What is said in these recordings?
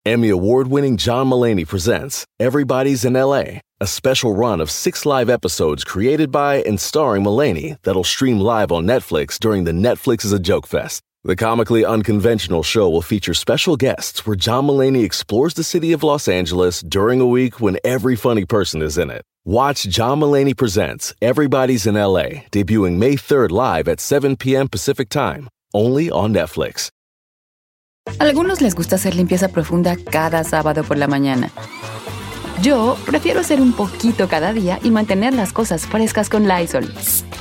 Emmy award-winning John Mulaney presents Everybody's in L.A., a special run of 6 live episodes created by and starring Mulaney that'll stream live on Netflix during the Netflix is a Joke Fest. The comically unconventional show will feature special guests where John Mulaney explores the city of Los Angeles during a week when every funny person is in it. Watch John Mulaney Presents Everybody's in L.A., debuting May 3rd live at 7 p.m. Pacific Time, only on Netflix. A algunos les gusta hacer limpieza profunda cada sábado por la mañana. Yo prefiero hacer un poquito cada día y mantener las cosas frescas con Lysol.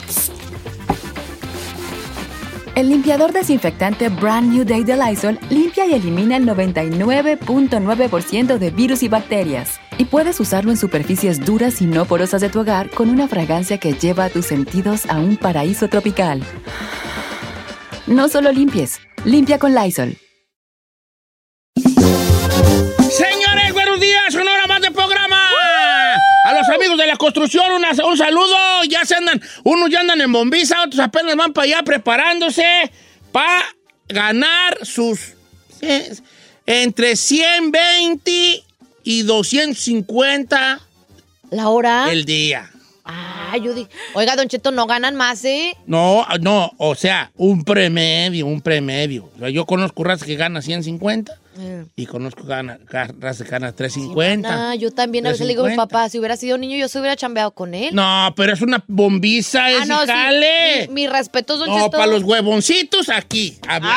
El limpiador desinfectante Brand New Day de Lysol limpia y elimina el 99.9% de virus y bacterias. Y puedes usarlo en superficies duras y no porosas de tu hogar con una fragancia que lleva a tus sentidos a un paraíso tropical. No solo limpies, limpia con Lysol. Señores, buenos días, una hora más de programa. A los amigos de la construcción, un saludo. Unos ya andan en bombiza, otros apenas van para allá preparándose para ganar sus entre 120 y 250 ¿la hora? El día. Ah, yo dije, oiga, Don Cheto, ¿no ganan más, eh? No, o sea, un promedio. O sea, yo conozco razas que gana 150 y conozco razas que gana 350. Sí, yo también a veces le digo a mi papá, si hubiera sido niño, yo se hubiera chambeado con él. No, pero es una bombiza ese jale. Sí, mi respeto, Don No, Cheto. para los huevoncitos aquí.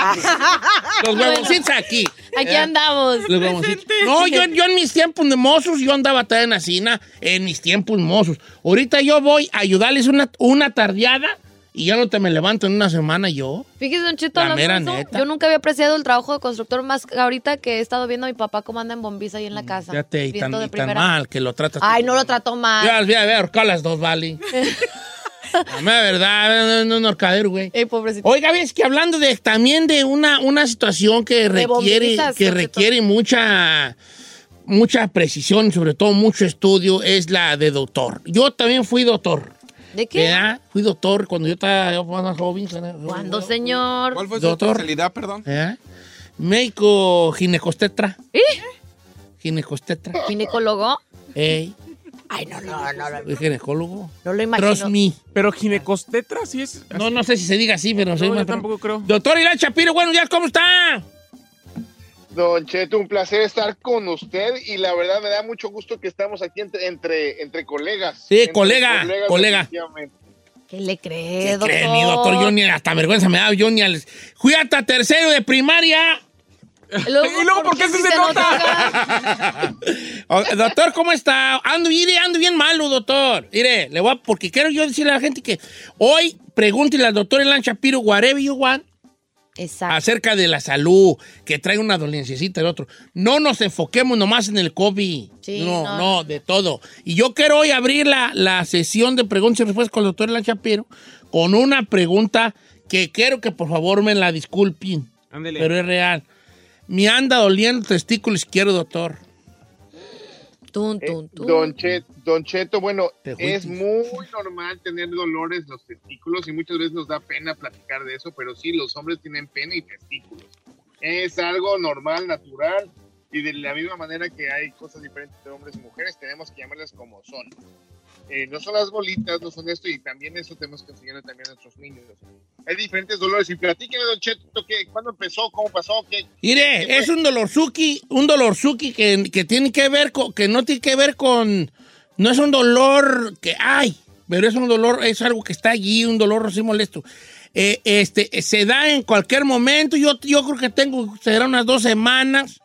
Los huevoncitos aquí. Aquí andamos. Los huevoncitos. No, yo en mis tiempos de mozos, yo andaba también en la cina, en mis tiempos mozos. Ahorita yo voy a ayudarles una tardeada y ya no te me levanto en una semana yo. Fíjese, Don Cheto, La mera de eso, neta. yo nunca había apreciado el trabajo de constructor más ahorita que he estado viendo a mi papá cómo anda en bombiza ahí en la casa. Fíjate, y tan primera. mal que lo tratas. Ay, no lo trató mal. Yo las voy a ver ahorcar las dos, vale. La verdad, no es un horcadero, güey. Pobrecito. Oiga, ves que hablando también de una situación que requiere mucha precisión, sobre todo mucho estudio, es la de doctor. Yo también fui doctor. ¿De qué? ¿Verdad? Fui doctor cuando yo estaba más joven. ¿Cuándo, señor? ¿Cuál fue su Doctor. especialidad, perdón? Médico ginecostetra. ¿Eh? Ginecostetra. ¿Ginecólogo? Ey. Ay, no. Soy ginecólogo. No lo imagino. Trust me. Pero ginecostetra sí es. No sé si se diga así, pero soy yo más. tampoco creo. Doctor Ilan Shapiro, buenos días, ¿cómo está? Don Cheto, un placer estar con usted y la verdad me da mucho gusto que estamos aquí entre colegas. Sí, Entre colega. definitivamente. ¿Qué le cree, ¿Qué doctor? cree, mi doctor? Yo ni hasta vergüenza me da. Yo ni al. Fui hasta tercero de primaria. ¿Y luego por qué se nota? Doctor, ¿cómo está? Ando bien malo, doctor. Mire, porque quiero yo decirle a la gente que hoy pregúntele al doctor Ilan Shapiro, whatever you want, Exacto. acerca de la salud, que trae una dolenciecita el otro. No nos enfoquemos nomás en el COVID. Sí, no, de todo. Y yo quiero hoy abrir la sesión de preguntas y respuestas con el doctor Ilan Shapiro con una pregunta que quiero que por favor me la disculpen. Ándele. Pero es real. Me anda doliendo el testículo izquierdo, doctor. Tun. Don Cheto, bueno, Tejuitis. es muy normal tener dolores en los testículos y muchas veces nos da pena platicar de eso, pero sí, los hombres tienen pene y testículos. Es algo normal, natural, y de la misma manera que hay cosas diferentes de hombres y mujeres, tenemos que llamarlas como son. No son las bolitas, no son esto, y también eso tenemos que enseñarle también a nuestros niños. Hay diferentes dolores, y platíquenme, Don Cheto, ¿cuándo empezó? ¿Cómo pasó? Mire, es un dolorzuki que tiene que ver que no tiene que ver con, no es un dolor que hay, pero es un dolor, es algo que está allí, un dolor así molesto. Se da en cualquier momento, yo creo que será unas 2 semanas.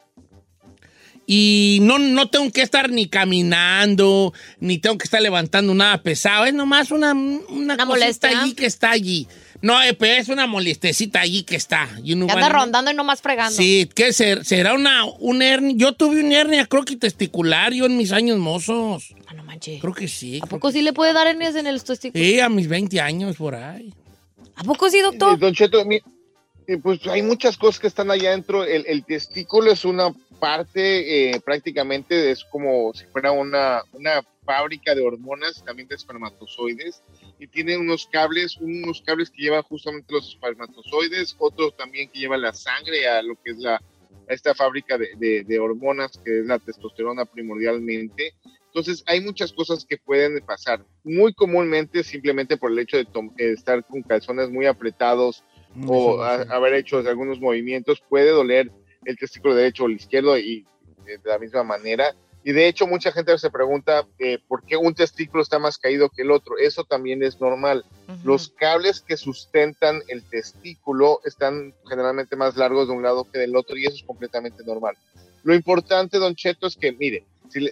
Y no tengo que estar ni caminando, ni tengo que estar levantando nada pesado. Es nomás una cosita molestia allí que está allí. No, pero es una molestecita allí que está. Que anda rondando y nomás fregando. Sí, ¿qué será una hernia? Yo tuve una hernia testicular yo en mis años mozos. Ah, no manches. Creo que sí. ¿A poco sí le puede dar hernias en el testículo? Sí, a mis 20 años por ahí. ¿A poco sí, doctor? Don Cheto, pues hay muchas cosas que están allá adentro. El testículo es una parte prácticamente, es como si fuera una fábrica de hormonas, también de espermatozoides, y tiene unos cables que llevan justamente los espermatozoides, otros también que llevan la sangre a lo que es esta fábrica de hormonas que es la testosterona primordialmente. Entonces hay muchas cosas que pueden pasar. Muy comúnmente simplemente por el hecho de estar con calzones muy apretados o haber hecho algunos movimientos, puede doler el testículo derecho o el izquierdo y de la misma manera. Y de hecho mucha gente se pregunta por qué un testículo está más caído que el otro. Eso también es normal. Los cables que sustentan el testículo están generalmente más largos de un lado que del otro y eso es completamente normal. Lo importante, Don Cheto, es que, mire,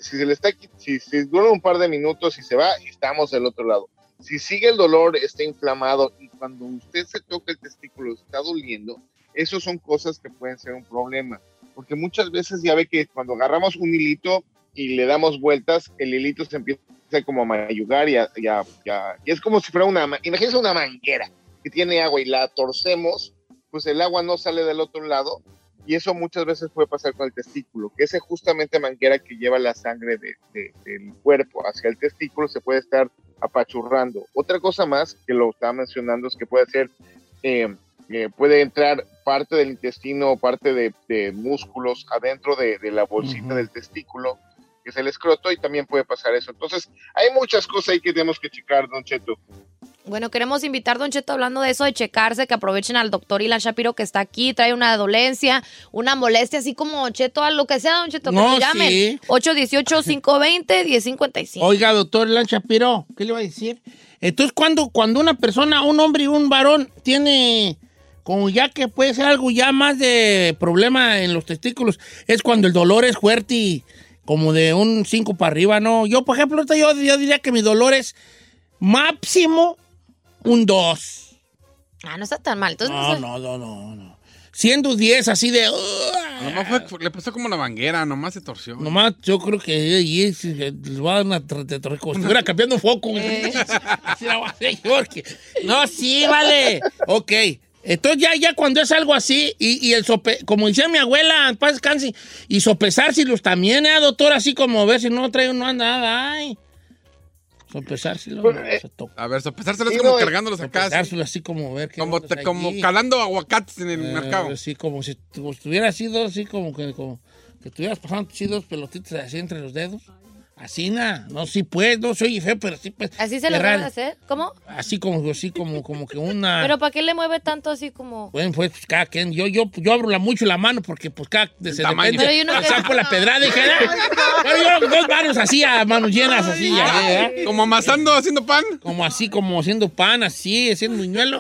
si dura un par de minutos y se va, estamos del otro lado. Si sigue el dolor, está inflamado y cuando usted se toca el testículo está doliendo, eso son cosas que pueden ser un problema. Porque muchas veces ya ve que cuando agarramos un hilito y le damos vueltas, el hilito se empieza como a mayugar y es como si fuera imagínense una manguera que tiene agua y la torcemos, pues el agua no sale del otro lado y eso muchas veces puede pasar con el testículo, que esa justamente manguera que lleva la sangre del cuerpo hacia el testículo se puede estar apachurrando. Otra cosa más que lo estaba mencionando es que puede ser, puede entrar parte del intestino o parte de músculos adentro de la bolsita del testículo, que es el escroto, y también puede pasar eso. Entonces, hay muchas cosas ahí que tenemos que checar, Don Cheto. Bueno, queremos invitar, Don Cheto, hablando de eso, de checarse, que aprovechen al doctor Ilan Shapiro, que está aquí, trae una dolencia, una molestia, así como, Cheto, a lo que sea, Don Cheto, que te llamen. Sí. 818-520-1055. Oiga, doctor Ilan Shapiro, ¿qué le va a decir? Entonces, cuando una persona, un hombre y un varón, tiene como ya que puede ser algo ya más de problema en los testículos, es cuando el dolor es fuerte y como de un 5 para arriba, ¿no? Yo, por ejemplo, yo diría que mi dolor es máximo un 2. Ah, no está tan mal. Entonces, no. Siendo 10 así de... Nomás le pasó como la manguera, nomás se torció. Nomás yo creo que les va a dar una... Como si estuviera cambiando un foco. No, sí, vale. Ok. Entonces ya cuando es algo así, y el como decía mi abuela, paz descanse, y sopesárselos también, doctor, así como ver si no trae uno nada, ay. Sopesárselos. Se toca. A ver, sopesárselos es como cargándolos acá. Sopesárselos así como ver qué como calando aguacates en el mercado. Sí, como si estuviera así así como que estuvieras pasando así dos pelotitas así entre los dedos. Así, no, sí pues, no soy feo, pero sí pues. ¿Así se lo van a hacer? ¿Cómo? Así como que una... ¿Pero para qué le mueve tanto así como...? Bueno, pues cada quien, yo abro mucho la mano porque pues cada... Se depende, pero yo no saco la pedrada y dije, pero yo dos manos así, a manos llenas así. Como amasando, haciendo pan. Como así, como haciendo pan, así, haciendo buñuelo.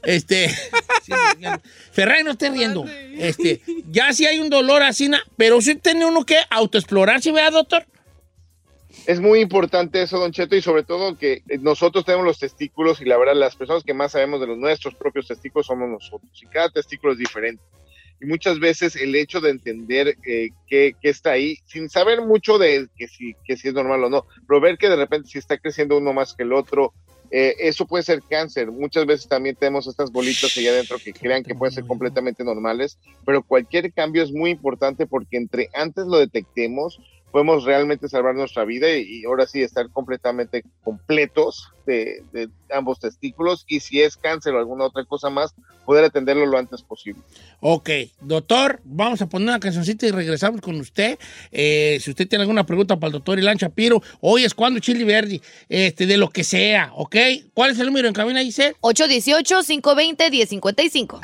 Ferrari, no esté riendo. Ya sí hay un dolor así, pero sí tiene uno que autoexplorar, ¿sí vea, doctor? Es muy importante eso, Don Cheto, y sobre todo que nosotros tenemos los testículos y la verdad las personas que más sabemos de nuestros propios testículos somos nosotros y cada testículo es diferente. Y muchas veces el hecho de entender que está ahí, sin saber mucho de que si es normal o no, pero ver que de repente si está creciendo uno más que el otro, eso puede ser cáncer. Muchas veces también tenemos estas bolitas allá adentro que crean que pueden ser completamente normales, pero cualquier cambio es muy importante porque entre antes lo detectemos, podemos realmente salvar nuestra vida y ahora sí estar completamente completos de ambos testículos y si es cáncer o alguna otra cosa más, poder atenderlo lo antes posible. Ok, doctor, vamos a poner una cancioncita y regresamos con usted. Si usted tiene alguna pregunta para el doctor Ilan Shapiro, hoy es cuando Chili Verde, de lo que sea, ¿ok? ¿Cuál es el número en cabina, Giselle? 818-520-1055.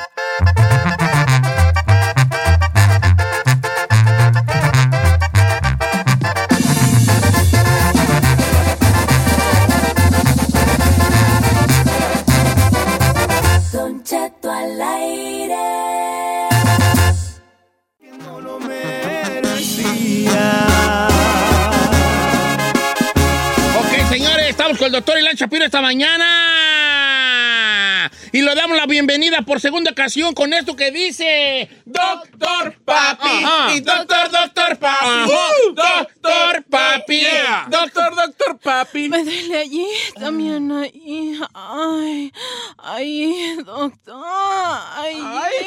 Cheto al aire. No lo merecía. Ok, señores, estamos con el doctor Ilan Shapiro esta mañana. Y le damos la bienvenida por segunda ocasión con esto que dice... Doctor Papi. Y doctor Papi. Doctor Papi. Yeah. Doctor Papi. Me duele allí, también ahí. Ay, doctor. Ay.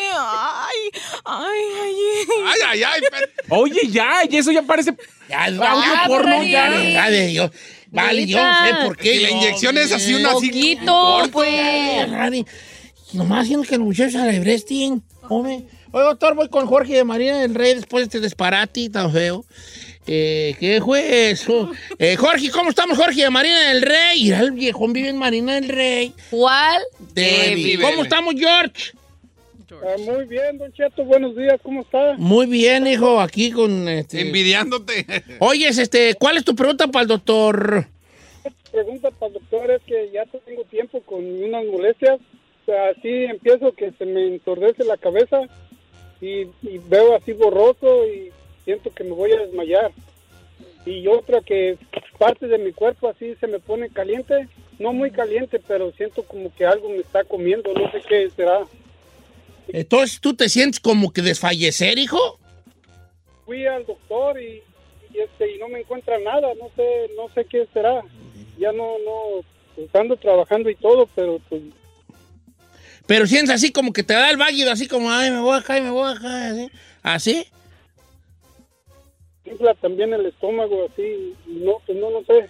Oye, ya, y eso ya parece... audio porno, ya de Dios. Vale, yo no sé por qué. Y la inyección es así, una así. Poquito, pues. Nomás haciendo que los muchachos a la Ebrestin, hombre. Oye, doctor, voy con Jorge de Marina del Rey después de este disparate tan feo. ¿Qué fue eso? Jorge, ¿cómo estamos, Jorge de Marina del Rey? Mira, el viejón vive en Marina del Rey. ¿Cuál? Debbie. ¿Cómo estamos, George? Muy bien, Don Cheto, buenos días, ¿cómo está? Muy bien, hijo, aquí con... Envidiándote. Oye, ¿cuál es tu pregunta para el doctor? Pregunta para el doctor es que ya tengo tiempo con unas molestias, o sea, así empiezo que se me entordece la cabeza y veo así borroso y siento que me voy a desmayar. Y otra que parte de mi cuerpo así se me pone caliente, no muy caliente, pero siento como que algo me está comiendo, no sé qué será. Entonces, ¿tú te sientes como que desfallecer, hijo? Fui al doctor y no me encuentra nada, no sé qué será. Ya no, pues ando trabajando y todo, pero pues... Pero sientes así como que te da el váguido, así como, ay, me voy acá, así. ¿Así? Infla también el estómago, así, no, pues no sé.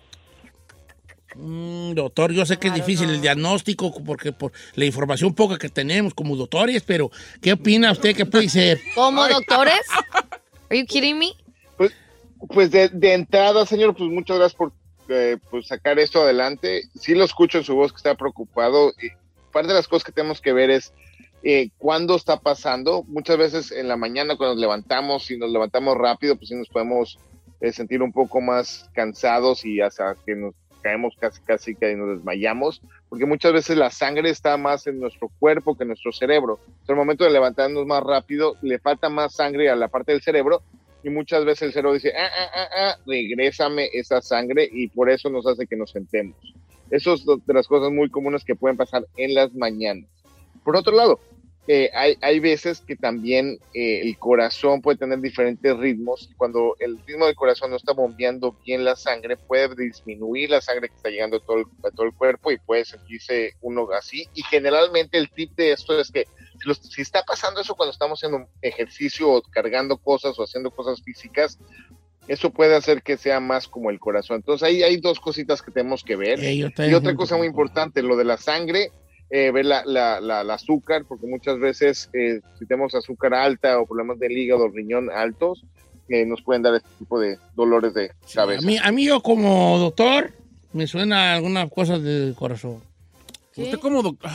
Doctor, yo sé que es difícil el diagnóstico porque por la información poca que tenemos como doctores, pero ¿qué opina usted que puede ser? ¿Como doctores? Are you kidding me? Pues de entrada, señor, pues muchas gracias por pues sacar esto adelante. Sí lo escucho en su voz que está preocupado. Parte de las cosas que tenemos que ver es cuándo está pasando. Muchas veces en la mañana cuando nos levantamos, si nos levantamos rápido, pues sí nos podemos sentir un poco más cansados y hasta que nos caemos casi que nos desmayamos, porque muchas veces la sangre está más en nuestro cuerpo que en nuestro cerebro. Entonces, al momento de levantarnos más rápido, le falta más sangre a la parte del cerebro y muchas veces el cerebro dice, regrésame esa sangre y por eso nos hace que nos sentemos. Eso es de las cosas muy comunes que pueden pasar en las mañanas. Por otro lado, hay veces que también el corazón puede tener diferentes ritmos. Cuando el ritmo del corazón no está bombeando bien la sangre, puede disminuir la sangre que está llegando a todo el cuerpo y puede sentirse uno así. Y generalmente el tip de esto es que si está pasando eso cuando estamos haciendo ejercicio o cargando cosas o haciendo cosas físicas, eso puede hacer que sea más como el corazón. Entonces ahí hay dos cositas que tenemos que ver. Y otra cosa muy importante, lo de la sangre, ver la azúcar, porque muchas veces si tenemos azúcar alta o problemas del hígado, riñón altos, nos pueden dar este tipo de dolores de cabeza. A mí yo como doctor me suena alguna cosa del corazón. ¿Qué? Usted como doctor...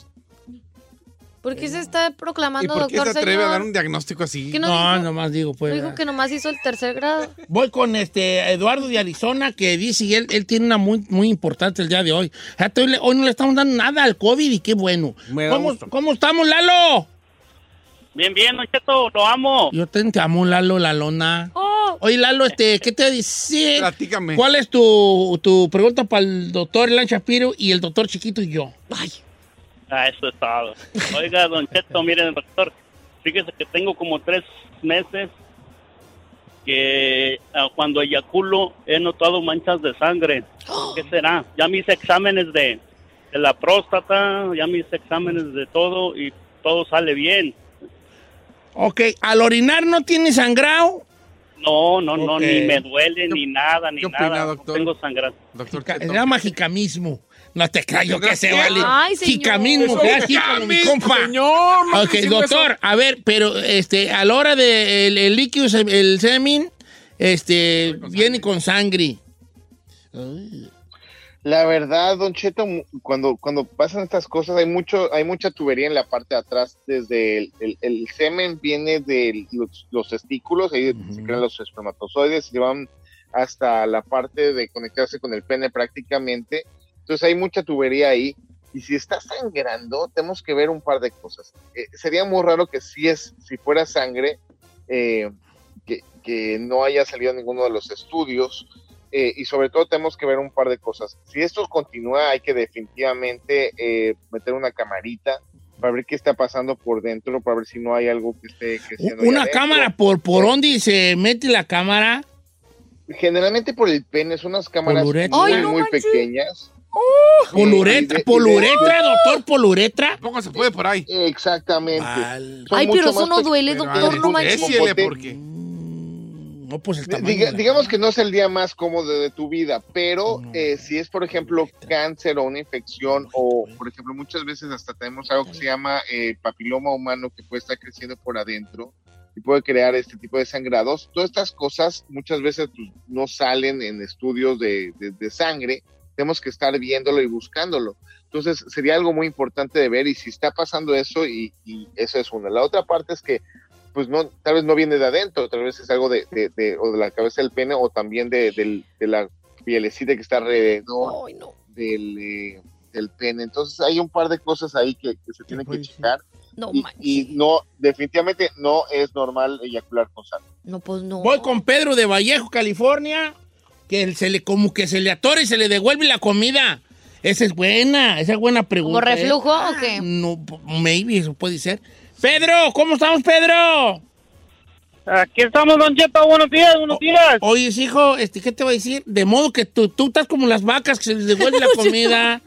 ¿Por qué se está proclamando doctor, doctor, señor? ¿Y por qué se atreve señor? a dar un diagnóstico así? No, nomás digo, pues. Dijo que nomás hizo el 3er grado. Voy con Eduardo de Arizona, que dice, y él tiene una muy importante el día de hoy. Fíjate, hoy no le estamos dando nada al COVID y qué bueno. ¿Cómo estamos, Lalo? Bien, Don Cheto, lo amo. Yo te amo, Lalo, la lona. Oye, Lalo, ¿qué te dice? Platícame. ¿Cuál es tu pregunta para el doctor Elan Shapiro y el doctor Chiquito y yo? Ay. Eso es todo. Oiga, Don Cheto, miren, doctor, fíjese que tengo como 3 meses que cuando eyaculo he notado manchas de sangre. ¿Qué será? Ya me hice exámenes de la próstata, ya me hice exámenes de todo y todo sale bien. Ok, ¿al orinar no tiene sangrado? No, Okay. ni me duele, ni nada, ¿Qué opina, doctor? No tengo sangrado. Doctor Era magicamismo. No te callo que se ¿Qué? vale. Ay, señor. Jicamismo, que así como mi compa. Señor, no Ok, hicimos doctor, eso. a ver, pero a la hora del el líquido, el semen, viene con sangre. Ay. La verdad, Don Cheto, cuando pasan estas cosas, hay mucha tubería en la parte de atrás. Desde el semen viene de los testículos, ahí se crean los espermatozoides, y van hasta la parte de conectarse con el pene prácticamente. Entonces hay mucha tubería ahí. Y si está sangrando, tenemos que ver un par de cosas. Sería muy raro que si fuera sangre, que no haya salido ninguno de los estudios. Y sobre todo tenemos que ver un par de cosas. Si esto continúa, hay que definitivamente meter una camarita para ver qué está pasando por dentro, para ver si no hay algo que esté creciendo. ¿Una cámara por dónde se mete la cámara? Generalmente por el pene, son unas cámaras Poluretra. muy pequeñas. Poluretra, doctor, poluretra. Poco se puede por ahí. Exactamente. Mal. Son Ay, mucho pero eso más no duele, Pero, doctor, no manches. Déciele, porque... No, pues el tamaño digamos que no es el día más cómodo de tu vida, pero si es, por ejemplo, cáncer o una infección, o, por ejemplo, muchas veces hasta tenemos algo que se llama papiloma humano que puede estar creciendo por adentro y puede crear este tipo de sangrados. Todas estas cosas muchas veces pues, no salen en estudios de sangre, tenemos que estar viéndolo y buscándolo. Entonces sería algo muy importante de ver, y si está pasando eso, y eso es una. La otra parte es que pues no, tal vez no viene de adentro, tal vez es algo de la cabeza del pene, o también de la pielecita que está alrededor del pene. Entonces hay un par de cosas ahí que se tienen que checar. No, y no, definitivamente no es normal eyacular con sangre. No, pues no. Voy con Pedro de Vallejo, California, que como que se le atora y se le devuelve la comida. Esa es buena pregunta. ¿Como reflujo o qué? No, maybe, eso puede ser. Pedro, ¿cómo estamos, Pedro? Aquí estamos, Don Cheto, buenos días. Oye, hijo, ¿qué te voy a decir? De modo que tú estás como las vacas que se les devuelve la comida.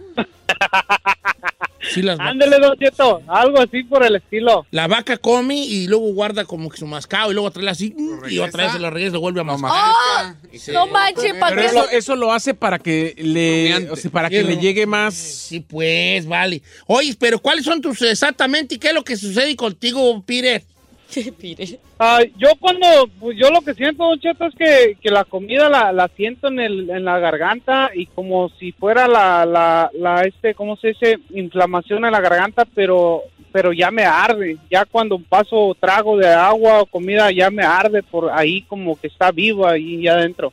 Sí, ándele, Don Cheto, algo así por el estilo. La vaca come y luego guarda como que su mascado y luego trae así y otra vez se lo regresa y lo vuelve a mascar. No manches, ¿para qué? Eso lo hace para que le llegue más. Sí, pues, vale. Oye, pero ¿cuáles son tus exactamente y qué es lo que sucede contigo, Peter? Yo lo que siento, Don Cheto, es que la comida la siento en la garganta, y como si fuera ¿cómo se dice? Inflamación en la garganta, pero ya me arde. Ya cuando paso trago de agua o comida, ya me arde por ahí, como que está vivo ahí adentro.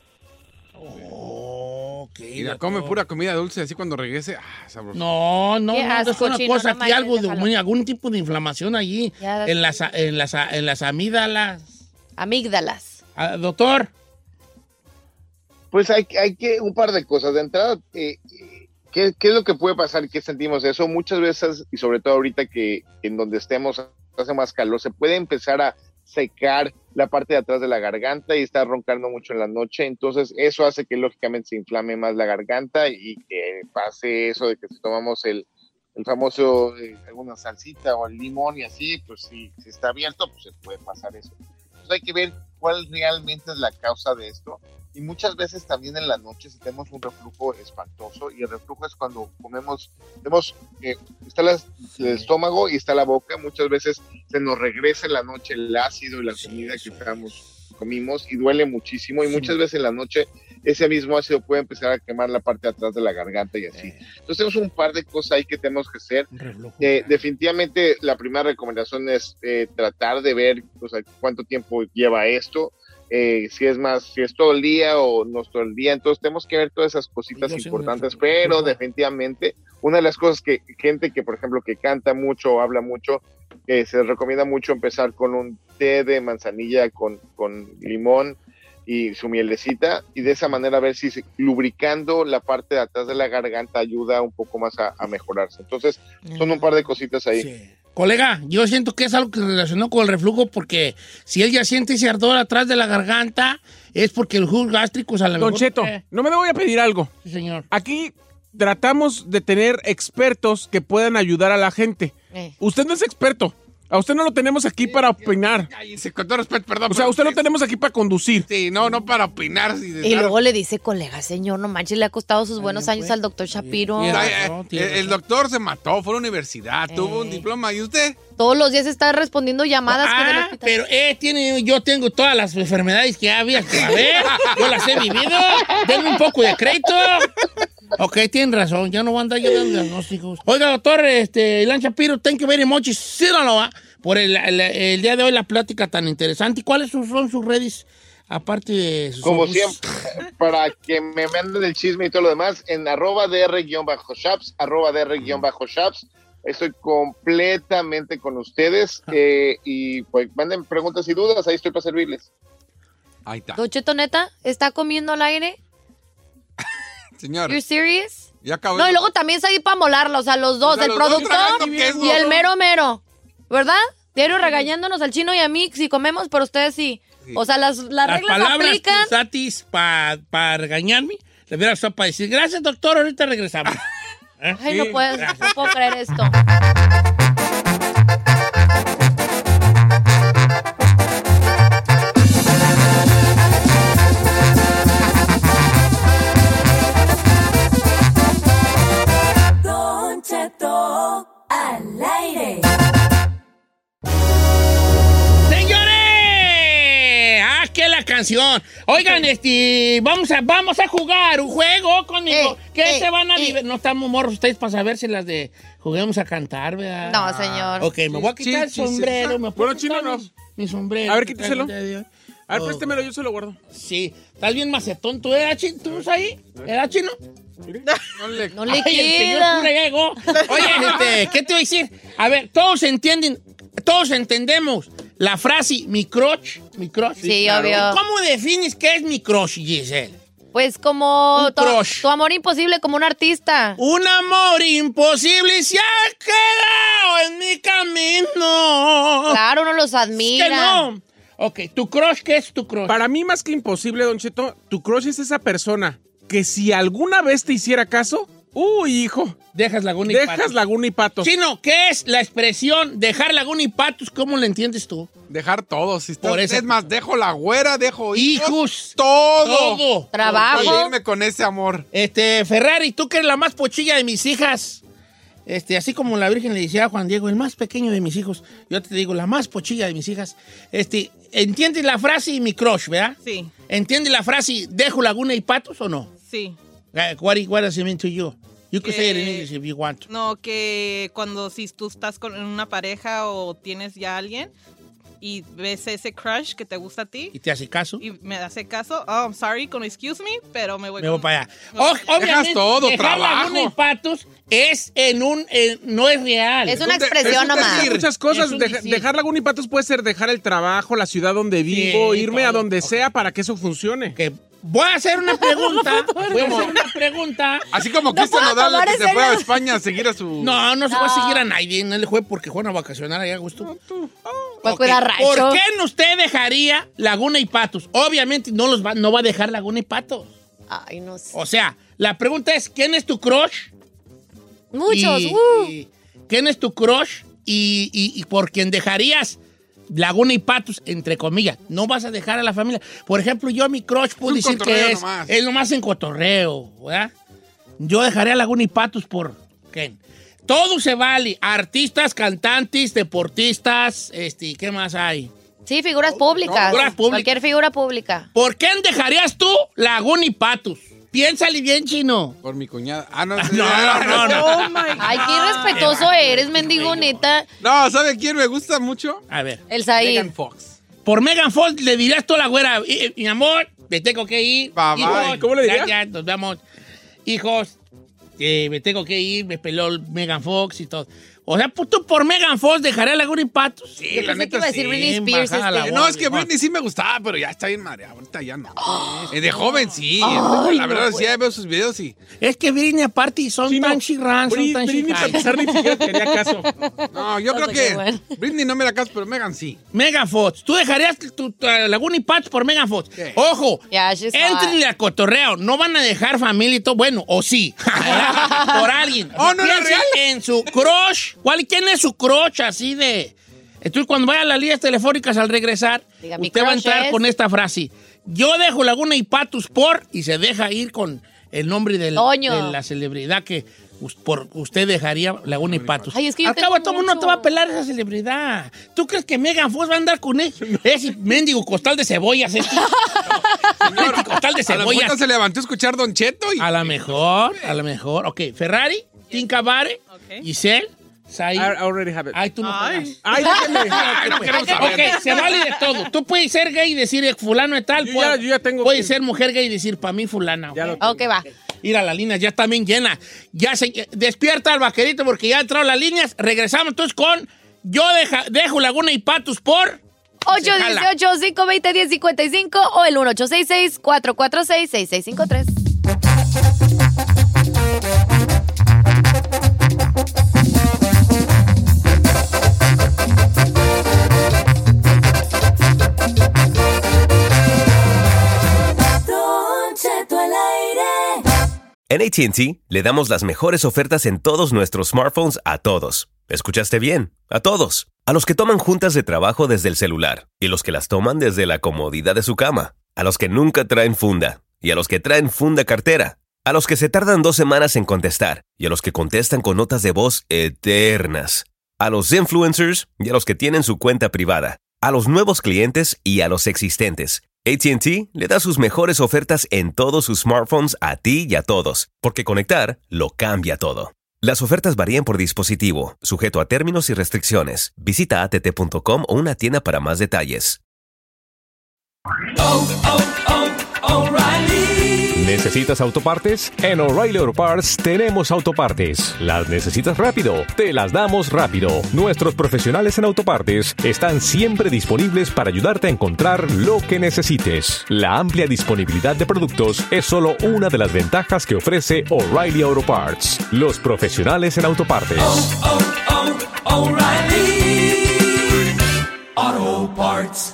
Y la come pura comida dulce, así cuando regrese, sabroso. No, es una cosa aquí, algún tipo de inflamación allí en las amígdalas. Doctor. Pues hay que un par de cosas. De entrada, ¿qué es lo que puede pasar? ¿Qué sentimos de eso? Muchas veces, y sobre todo ahorita que en donde estemos hace más calor, se puede empezar a secar la parte de atrás de la garganta y estar roncando mucho en la noche. Entonces eso hace que lógicamente se inflame más la garganta y que pase eso de que si tomamos el famoso alguna salsita o el limón y así, pues si está abierto, pues se puede pasar eso. Entonces hay que ver cuál realmente es la causa de esto. Y muchas veces también en la noche si tenemos un reflujo espantoso, y el reflujo es cuando está el estómago y está la boca. Muchas veces se nos regresa en la noche el ácido y la comida que comimos y duele muchísimo, y muchas veces en la noche ese mismo ácido puede empezar a quemar la parte de atrás de la garganta y así. Entonces tenemos un par de cosas ahí que tenemos que hacer. Definitivamente la primera recomendación es tratar de ver cuánto tiempo lleva esto. Si es todo el día o no es todo el día. Entonces tenemos que ver todas esas cositas importantes, pero definitivamente una de las cosas que gente que, por ejemplo, que canta mucho o habla mucho, se recomienda mucho empezar con un té de manzanilla con limón y su mielecita, y de esa manera ver si lubricando la parte de atrás de la garganta ayuda un poco más a mejorarse. Entonces son un par de cositas ahí. Sí. Colega, yo siento que es algo que se relacionó con el reflujo, porque si él ya siente ese ardor atrás de la garganta, es porque el jugo gástrico es a la mejor. Don Cheto, no me voy a pedir algo. Sí, señor. Aquí tratamos de tener expertos que puedan ayudar a la gente. Usted no es experto. A usted no lo tenemos aquí para opinar. Con todo respeto, perdón. O sea, usted lo tenemos aquí para conducir. Sí, no para opinar. Y luego le dice, colega, señor, no manches, le ha costado sus buenos años al doctor Shapiro. El doctor se mató, fue a la universidad, tuvo un diploma. ¿Y usted? Todos los días está respondiendo llamadas que del hospital. Pero yo tengo todas las enfermedades que había que saber. Yo las he vivido. Denme un poco de crédito. Ok, tienen razón, ya no van a andar ayudando diagnósticos. Oiga, doctor, Ilan Shapiro, thank you very much, por el día de hoy la plática tan interesante. ¿Y cuáles son sus redes, aparte de sus Como siempre, para que me manden el chisme y todo lo demás, en @dr_shaps, @dr_shaps. Estoy completamente con ustedes, y pues manden preguntas y dudas, ahí estoy para servirles. Ahí está. Don Cheto, ¿neta? ¿Está comiendo al aire? Señor. ¿You're serious? Ya acabó. No, y luego también está ahí para molarla, o sea, los dos, el productor y el mero, ¿verdad? Diario regañándonos al chino y a mí si comemos, pero ustedes sí. O sea, las reglas palabras aplican. Satis para regañarme, le hubiera usado para decir, gracias, doctor, ahorita regresamos. Ay, no puedo creer esto. canción. Oigan, vamos a jugar un juego conmigo. ¿Qué se van a divertir? No estamos morros ustedes para saber si las de juguemos a cantar, ¿verdad? No, señor. Ok, me voy a quitar el sombrero. Bueno, Chino, no. Mi sombrero. A ver, quíteselo. A ver, préstemelo, yo se lo guardo. Sí, estás bien macetón. ¿Tú eras chino? ¿Tú ahí? ¿Era chino? No le Ay, el señor queda. cura ya llegó. Oye, ¿qué te voy a decir? A ver, todos entendemos la frase mi crush. Sí, obvio. ¿Cómo defines qué es mi crush, Giselle? Pues como Un crush. tu amor imposible, como un artista. Un amor imposible se ha quedado en mi camino. Claro, uno los admira. Es que no. Ok, ¿tu crush qué es tu crush? Para mí, más que imposible, Don Cheto, tu crush es esa persona que si alguna vez te hiciera caso, hijo, dejas Laguna y Patos. Chino, ¿qué es la expresión dejar Laguna y Patos? ¿Cómo la entiendes tú? Dejar todo. Si estás, Por eso. es más, dejo la güera, dejo hijos, todo. Trabajo. Por irme con ese amor. Ferrari, tú que eres la más pochilla de mis hijas. Así como la Virgen le decía a Juan Diego, el más pequeño de mis hijos, yo te digo, la más pochilla de mis hijas. ¿Entiendes la frase mi crush, verdad? Sí. ¿Entiendes la frase dejo Laguna y Patos o no? Sí. What does it mean to you? You can say it in English if you want to. No, que si tú estás con una pareja o tienes ya a alguien y ves ese crush que te gusta a ti. ¿Y te hace caso? Y me hace caso. Oh, I'm sorry, con excuse me, pero me voy para allá. Dejas Obviamente, todo, dejar trabajo. Laguna y Patos es no es real. Es una expresión nomás. Hay muchas cosas. Es un Dejar Laguna y Patos puede ser dejar el trabajo, la ciudad donde vivo, irme todo. a donde sea para que eso funcione. Voy a hacer una pregunta. Así como Cristian Nodal, que se fue a España a seguir a su... No se va a seguir a nadie. No le fue porque fueron a vacacionar allá a gusto. Pues cuidar rancho. ¿Por qué usted dejaría Laguna y Patos? Obviamente no va a dejar Laguna y Patos. Ay, no sé. O sea, la pregunta es, ¿quién es tu crush? Muchos. ¿Quién es tu crush? Y por quién dejarías Laguna y Patos, entre comillas. No vas a dejar a la familia. Por ejemplo, yo a mi crush puedo decir que es nomás en cotorreo, ¿verdad? Yo dejaría a Laguna y Patos por ¿quién? Todo se vale. Artistas, cantantes, deportistas, ¿qué más hay? Sí, figuras públicas. Figuras públicas. Cualquier figura pública. ¿Por quién dejarías tú Laguna y Patos? Piénsale bien, Chino. Por mi cuñada. No. Oh, my God. Ay, qué irrespetuoso eres, mendigo, neta. No, ¿sabe quién me gusta mucho? A ver. El Said. Megan Fox. Por Megan Fox le dirías tú a la güera, mi amor, me tengo que ir. Bye, Hijos, bye. ¿Cómo le dirías? Ya, nos vemos. Hijos, me tengo que ir, me peló Megan Fox y todo. O sea, tú por Megan Fox dejaría Laguna y Patos. Sí, Yo la pensé que neta iba a decir sí. Britney Spears. Bajada la No, voz, es que mejor. Britney sí me gustaba, pero ya está bien mareada. Ahorita ya no. De joven sí. Ay, la verdad no, sí, veo sus videos y... Es que Britney aparte son Sí, no. tan chirrán, son tan Britney, para chirrán. empezar, ni siquiera tenía caso. No, yo No creo sé que qué bueno. Britney no me la caso, pero Megan sí. Megan Fox. ¿Tú dejarías tu Laguna y Patos por Megan Fox? Sí. Ojo, Yeah, she's entrenle a cotorreo. No van a dejar familia y todo. Bueno, o sí. Por alguien. Oh, no, no es Piensen real. en su crush. ¿Quién es su crush así de...? Entonces, cuando vaya a las líneas telefónicas al regresar, Diga, mi usted va a crush entrar es- con esta frase. Yo dejo Laguna y Patos por... Y se deja ir con el nombre de Toño. la celebridad que por usted dejaría Laguna y Patos. Ay, es que yo Al cabo, tengo todo el mundo mucho. te va a pelar esa celebridad. ¿Tú crees que Megan Fox va a andar con ese mendigo costal de cebollas? Este costal de A la cebollas. puerta se levantó a escuchar Don Cheto y... A lo mejor. Ok, Ferrari, Tinka Bare, Ok. Giselle, Said. I already have it. Ay, tú no Ay. pegas. Ay, déjeme. Ay, no queremos saber. Ok, se vale de todo. Tú puedes ser gay y decir fulano de tal. Yo ya tengo Puedes que- ser mujer gay y decir pa' mí fulana. Ya ok. lo tengo. Ok, va. Ir a las líneas ya también llena. Ya se despierta el vaquerito porque ya entraron las líneas. Regresamos entonces con yo dejo Laguna y Patos por 818-520-1055 o el 1866-446-6653. Don Cheto al aire. En AT&T le damos las mejores ofertas en todos nuestros smartphones a todos. ¿Escuchaste bien? A todos. A los que toman juntas de trabajo desde el celular y los que las toman desde la comodidad de su cama. A los que nunca traen funda y a los que traen funda cartera. A los que se tardan 2 semanas en contestar y a los que contestan con notas de voz eternas. A los influencers y a los que tienen su cuenta privada. A los nuevos clientes y a los existentes, AT&T le da sus mejores ofertas en todos sus smartphones a ti y a todos, porque conectar lo cambia todo. Las ofertas varían por dispositivo, sujeto a términos y restricciones. Visita att.com o una tienda para más detalles. ¿Necesitas autopartes? En O'Reilly Auto Parts tenemos autopartes. ¿Las necesitas rápido? Te las damos rápido. Nuestros profesionales en autopartes están siempre disponibles para ayudarte a encontrar lo que necesites. La amplia disponibilidad de productos es solo una de las ventajas que ofrece O'Reilly Auto Parts. Los profesionales en autopartes. O'Reilly Auto Parts.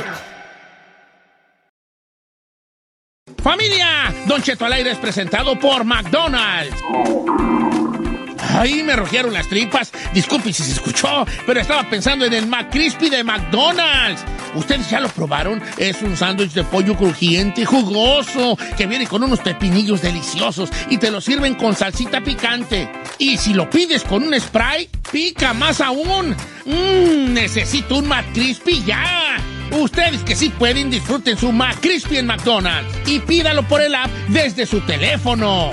¡Familia! Don Cheto al aire es presentado por McDonald's. Ay, me rugieron las tripas. Disculpe si se escuchó, pero estaba pensando en el McCrispy de McDonald's. ¿Ustedes ya lo probaron? Es un sándwich de pollo crujiente y jugoso que viene con unos pepinillos deliciosos y te lo sirven con salsita picante. Y si lo pides con un Sprite, pica más aún. Necesito un McCrispy ya. Ustedes que sí pueden, disfruten su McCrispy en McDonald's y pídalo por el app desde su teléfono.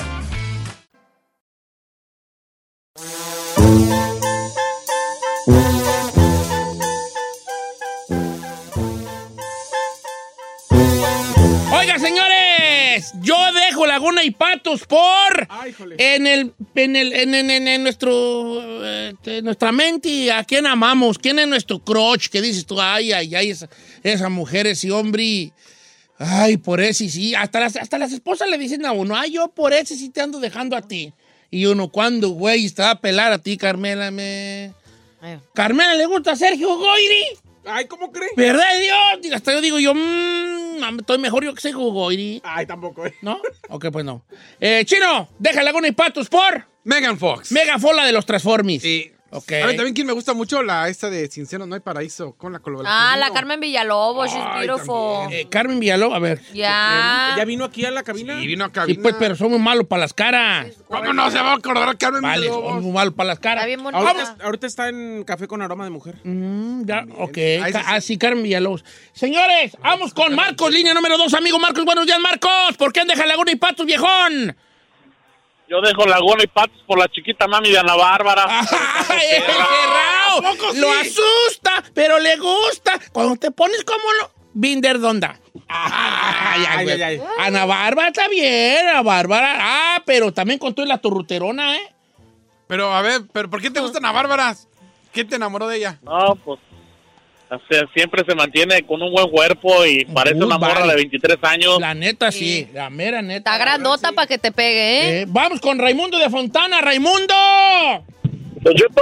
Oiga, señores, yo dejo Laguna y Patos por en nuestra mente. ¿A quién amamos? ¿Quién es nuestro crush? ¿Qué dices tú? Ay, esa mujer, ese hombre. Ay, por ese sí. Hasta las esposas le dicen a uno, ay, yo por ese sí te ando dejando a ti. Y uno, ¿cuándo, güey? Te va a pelar a ti, Carmela. ¿Carmela le gusta a Sergio Goyri? Ay, ¿cómo crees? ¿Verdad, Dios? Hasta yo digo, estoy mejor yo que Sergio Goyri. Ay, tampoco, ¿eh? ¿No? Ok, pues no. Chino, deja Laguna y Patos por Megan Fox. Megan Fox, la de los Transformers. Sí. Okay. A ver, también quien me gusta mucho, esta de Sincero No Hay Paraíso, con la colaboración. La Carmen Villalobos, she's beautiful. Carmen Villalobos, a ver. Ya. ¿Ya vino aquí a la cabina? Sí, vino a cabina. Sí, pues, pero somos malos para las caras. ¿Cómo no se va a acordar a Carmen Villalobos? Vale, somos malos para las caras. Está bien bonita. Ahorita está en Café con Aroma de Mujer. Ya, ok. Así, Carmen Villalobos. Señores, vamos con Marcos, línea número 2. Amigo Marcos, buenos días, Marcos. ¿Por qué deja Laguna y Patos, viejón? Yo dejo Laguna y Patos por la chiquita mami de Ana Bárbara. ¡Ay, encerrado! Lo asusta, pero le gusta. Cuando te pones como Binder Donda. Ay. Ana Bárbara está bien, Ana Bárbara. Pero también con toda la torruterona, ¿eh? Pero, a ver, ¿por qué te gusta Ana Bárbara? ¿Quién te enamoró de ella? No, pues... O sea, siempre se mantiene con un buen cuerpo y parece una morra de 23 años. La neta, sí. La mera neta. Está grandota para que te pegue, ¿eh? Vamos con Raimundo de Fontana. ¡Raimundo! ¡Don Cheto!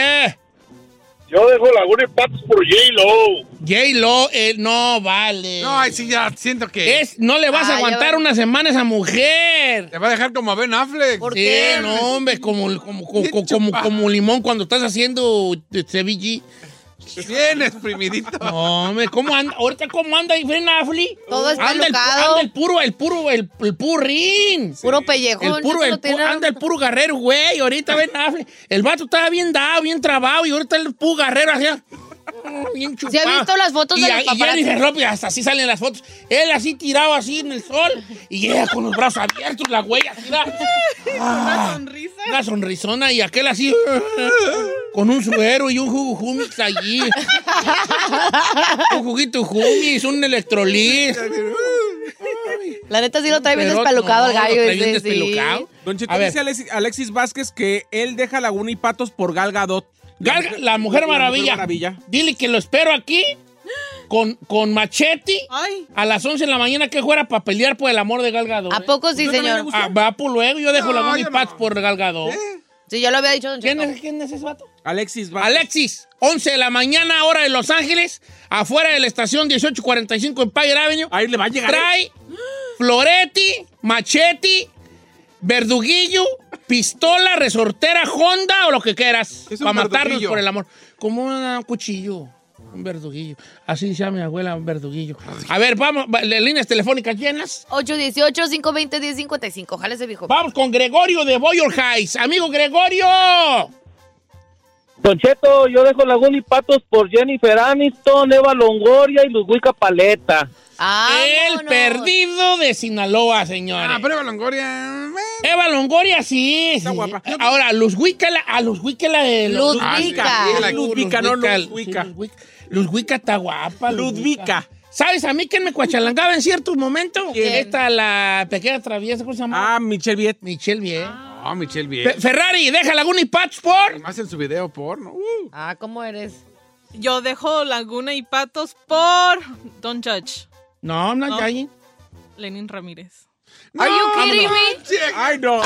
Yo dejo Laguna y Patos por J-Lo. J-Lo, no vale. No, ay, sí, ya siento que... No le vas a aguantar una semana a esa mujer. Te va a dejar como a Ben Affleck. ¿Por qué? No, hombre, como limón cuando estás haciendo ceviche. Bien exprimidito. No, hombre, ¿cómo anda? Ahorita, ¿cómo anda Ben Affleck? Todo espelucado. Anda el purrín. Puro pellejón. Anda el puro guerrero, güey. Ahorita Ben Affleck. El vato estaba bien dado, bien trabado, y ahorita el puro guerrero hacía... bien chupado. ¿Sí has visto las fotos de los paparazzi? Y Jennifer López, hasta así salen las fotos. Él así tirado así en el sol, y ella con los brazos abiertos, la güey así. Una sonrisa. Una sonrisona, y aquel así... con un suero y un jugo Jumis allí. Un juguito Jumis, un electrolit. La neta sí lo trae bien despelucado el gallo. Lo trae bien despelucado. Don Cheto dice Alexis Vázquez que él deja Laguna y Patos por Gal Gadot. La Mujer Maravilla. Dile que lo espero aquí con Machete a las 11 de la mañana que fuera para pelear por el amor de Gal Gadot. ¿A poco sí, señor? Va por luego, yo dejo Laguna y Patos por Gal Gadot. Sí, yo lo había dicho, don Cheto. ¿Quién es ese vato? Alexis Vázquez. Alexis, 11 de la mañana, hora de Los Ángeles, afuera de la estación 1845 en Empire Avenue. Ahí le va a llegar. Trae Floretti, Machete, Verduguillo, pistola, resortera, Honda o lo que quieras. Para matarnos por el amor. Como un cuchillo. Un verduguillo. Así se llama mi abuela, un verduguillo. A ver, vamos, líneas telefónicas llenas. 818-520-1055. Ojalá ese viejo. Vamos con Gregorio de Boyle Heights. Amigo Gregorio. Don Cheto, yo dejo Laguna y Patos por Jennifer Aniston, Eva Longoria y Ludwig Paleta. El perdido de Sinaloa, señores. Pero Eva Longoria... Eva Longoria, sí. Está guapa. Ahora, Ludwika está guapa. Ludwika. ¿Sabes a mí quién me cuachalangaba en ciertos momentos? Esta, la pequeña traviesa, ¿cómo se llama? Michelle Viet. Michelle Viet. Michelle Viet. Ferrari, deja Laguna y Patos por... Más en su video porno. ¿Cómo eres? Yo dejo Laguna y Patos por Don't Judge. No, I'm not judging. Lenin Ramírez. Are you kidding me? Ay, no.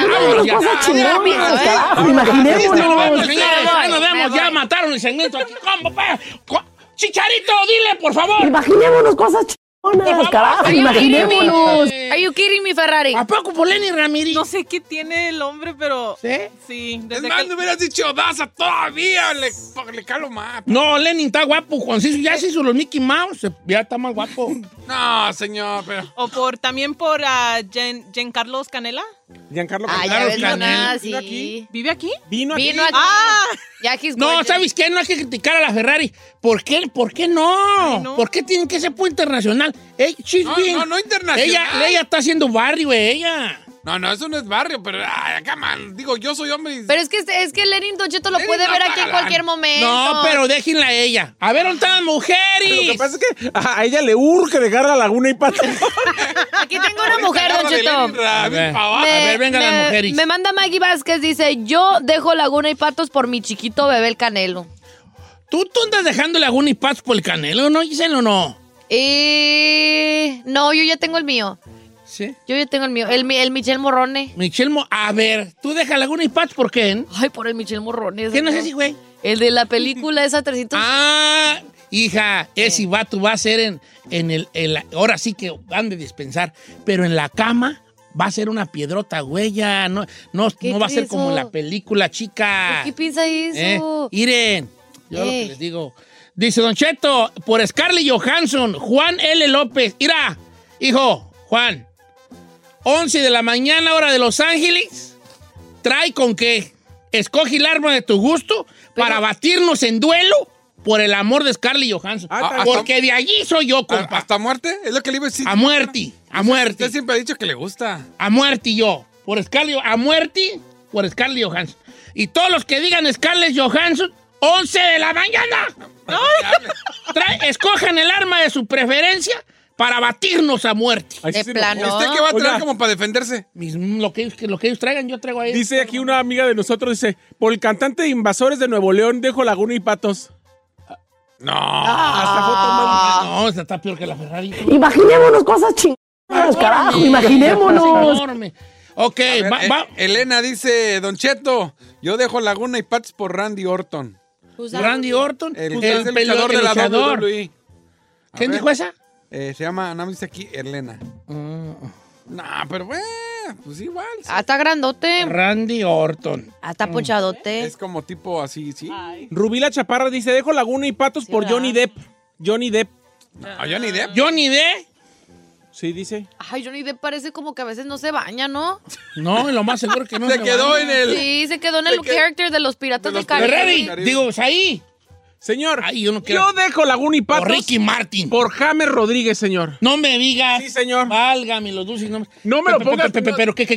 Imaginémonos. Nos vemos, ya mataron el segmento aquí. ¿Cómo, Chicharito, dile, por favor. Imaginémonos cosas chingonas, carajo. Imaginémonos. Are you kidding me, Ferrari? ¿A poco por Lenny Ramírez? No sé qué tiene el hombre, pero... ¿Sí? Sí. Es más, no hubieras dicho Daza todavía. Le calo más. No, Lenny está guapo. Cuando ya se hizo los Mickey Mouse, ya está más guapo. No, señor, pero... O también por Giancarlo Canela. Giancarlo Canela. ¿Vino aquí? ¿Vive aquí? Vino aquí. No, ¿sabes qué? No hay que criticar a la Ferrari. ¿Por qué no? No. ¿Por qué tienen que ser pues internacional? No internacional. Ella está haciendo barrio, ella. No, eso no es barrio, pero acá, man, digo, yo soy hombre. Pero es que Lenin Don Cheto lo puede ver aquí en cualquier momento. No, pero déjenla a ella. A ver, ¿dónde están las mujeres? Lo que pasa es que a ella le urge dejar a Laguna y Patos. Aquí tengo una mujer, Don Cheto. A ver, venga las mujeres. Me manda Maggie Vázquez, dice, yo dejo Laguna y Patos por mi chiquito bebé el Canelo. ¿Tú andas dejando Laguna y Patos por el Canelo, no, Giselle, o no? No, yo ya tengo el mío. ¿Sí? Yo ya tengo el mío. El Michel Morrone. A ver, tú dejas Laguna y Patos, ¿por qué? Ay, por el Michel Morrone. ¿Qué no es ese, güey? El de la película esa 300. Hija, ese vato va a ser ahora sí que han de dispensar, pero en la cama va a ser una piedrota, güey, ya. No va a ser como la película, chica. ¿Qué piensa eso? Miren, yo lo que les digo. Dice Don Cheto, por Scarlett Johansson, Juan L. López. Mira, hijo, Juan, 11 de la mañana, hora de Los Ángeles. Trae con que escoge el arma de tu gusto para batirnos en duelo por el amor de Scarlett Johansson. Porque de allí soy yo, compa. ¿Hasta muerte? Es lo que le iba a decir. A muerte. Usted siempre ha dicho que le gusta. A muerte yo. A muerte por Scarlett Johansson. Y todos los que digan Scarlett Johansson, 11 de la mañana. Escojan el arma de su preferencia para batirnos a muerte. De plano. ¿Usted qué va a traer como para defenderse? Lo que ellos traigan, yo traigo ahí. Dice aquí una amiga de nosotros, dice, por el cantante de Invasores de Nuevo León, dejo Laguna y Patos. No. Hasta foto más. No, esta está peor que la Ferrari. Imaginémonos cosas chingadas, carajo. Imaginémonos. Enorme. Ok, va. Elena dice, Don Cheto, yo dejo Laguna y Patos por Randy Orton. Randy Orton, el luchador de la WWE. ¿Quién dijo esa? Se llama, no me dice aquí, Elena. No, pero bueno, pues igual. Sí. Está grandote. Randy Orton. Está ponchadote. Es como tipo así, sí. Rubí La Chaparra dice, dejo Laguna y Patos por Johnny Depp. Johnny Depp. ¿Johnny Depp? ¿Johnny Depp? Sí, dice. Ay, Johnny Depp parece como que a veces no se baña, ¿no? No, lo más seguro que no se quedó baña. en el... Sí, se quedó en el character de los Piratas del Caribe. Digo, ahí. Señor, yo dejo Laguna y Patos. Por Ricky Martin. Por James Rodríguez, señor. No me digas. Sí, señor. Válgame los dulces. No me lo pongas. Pero ¿qué?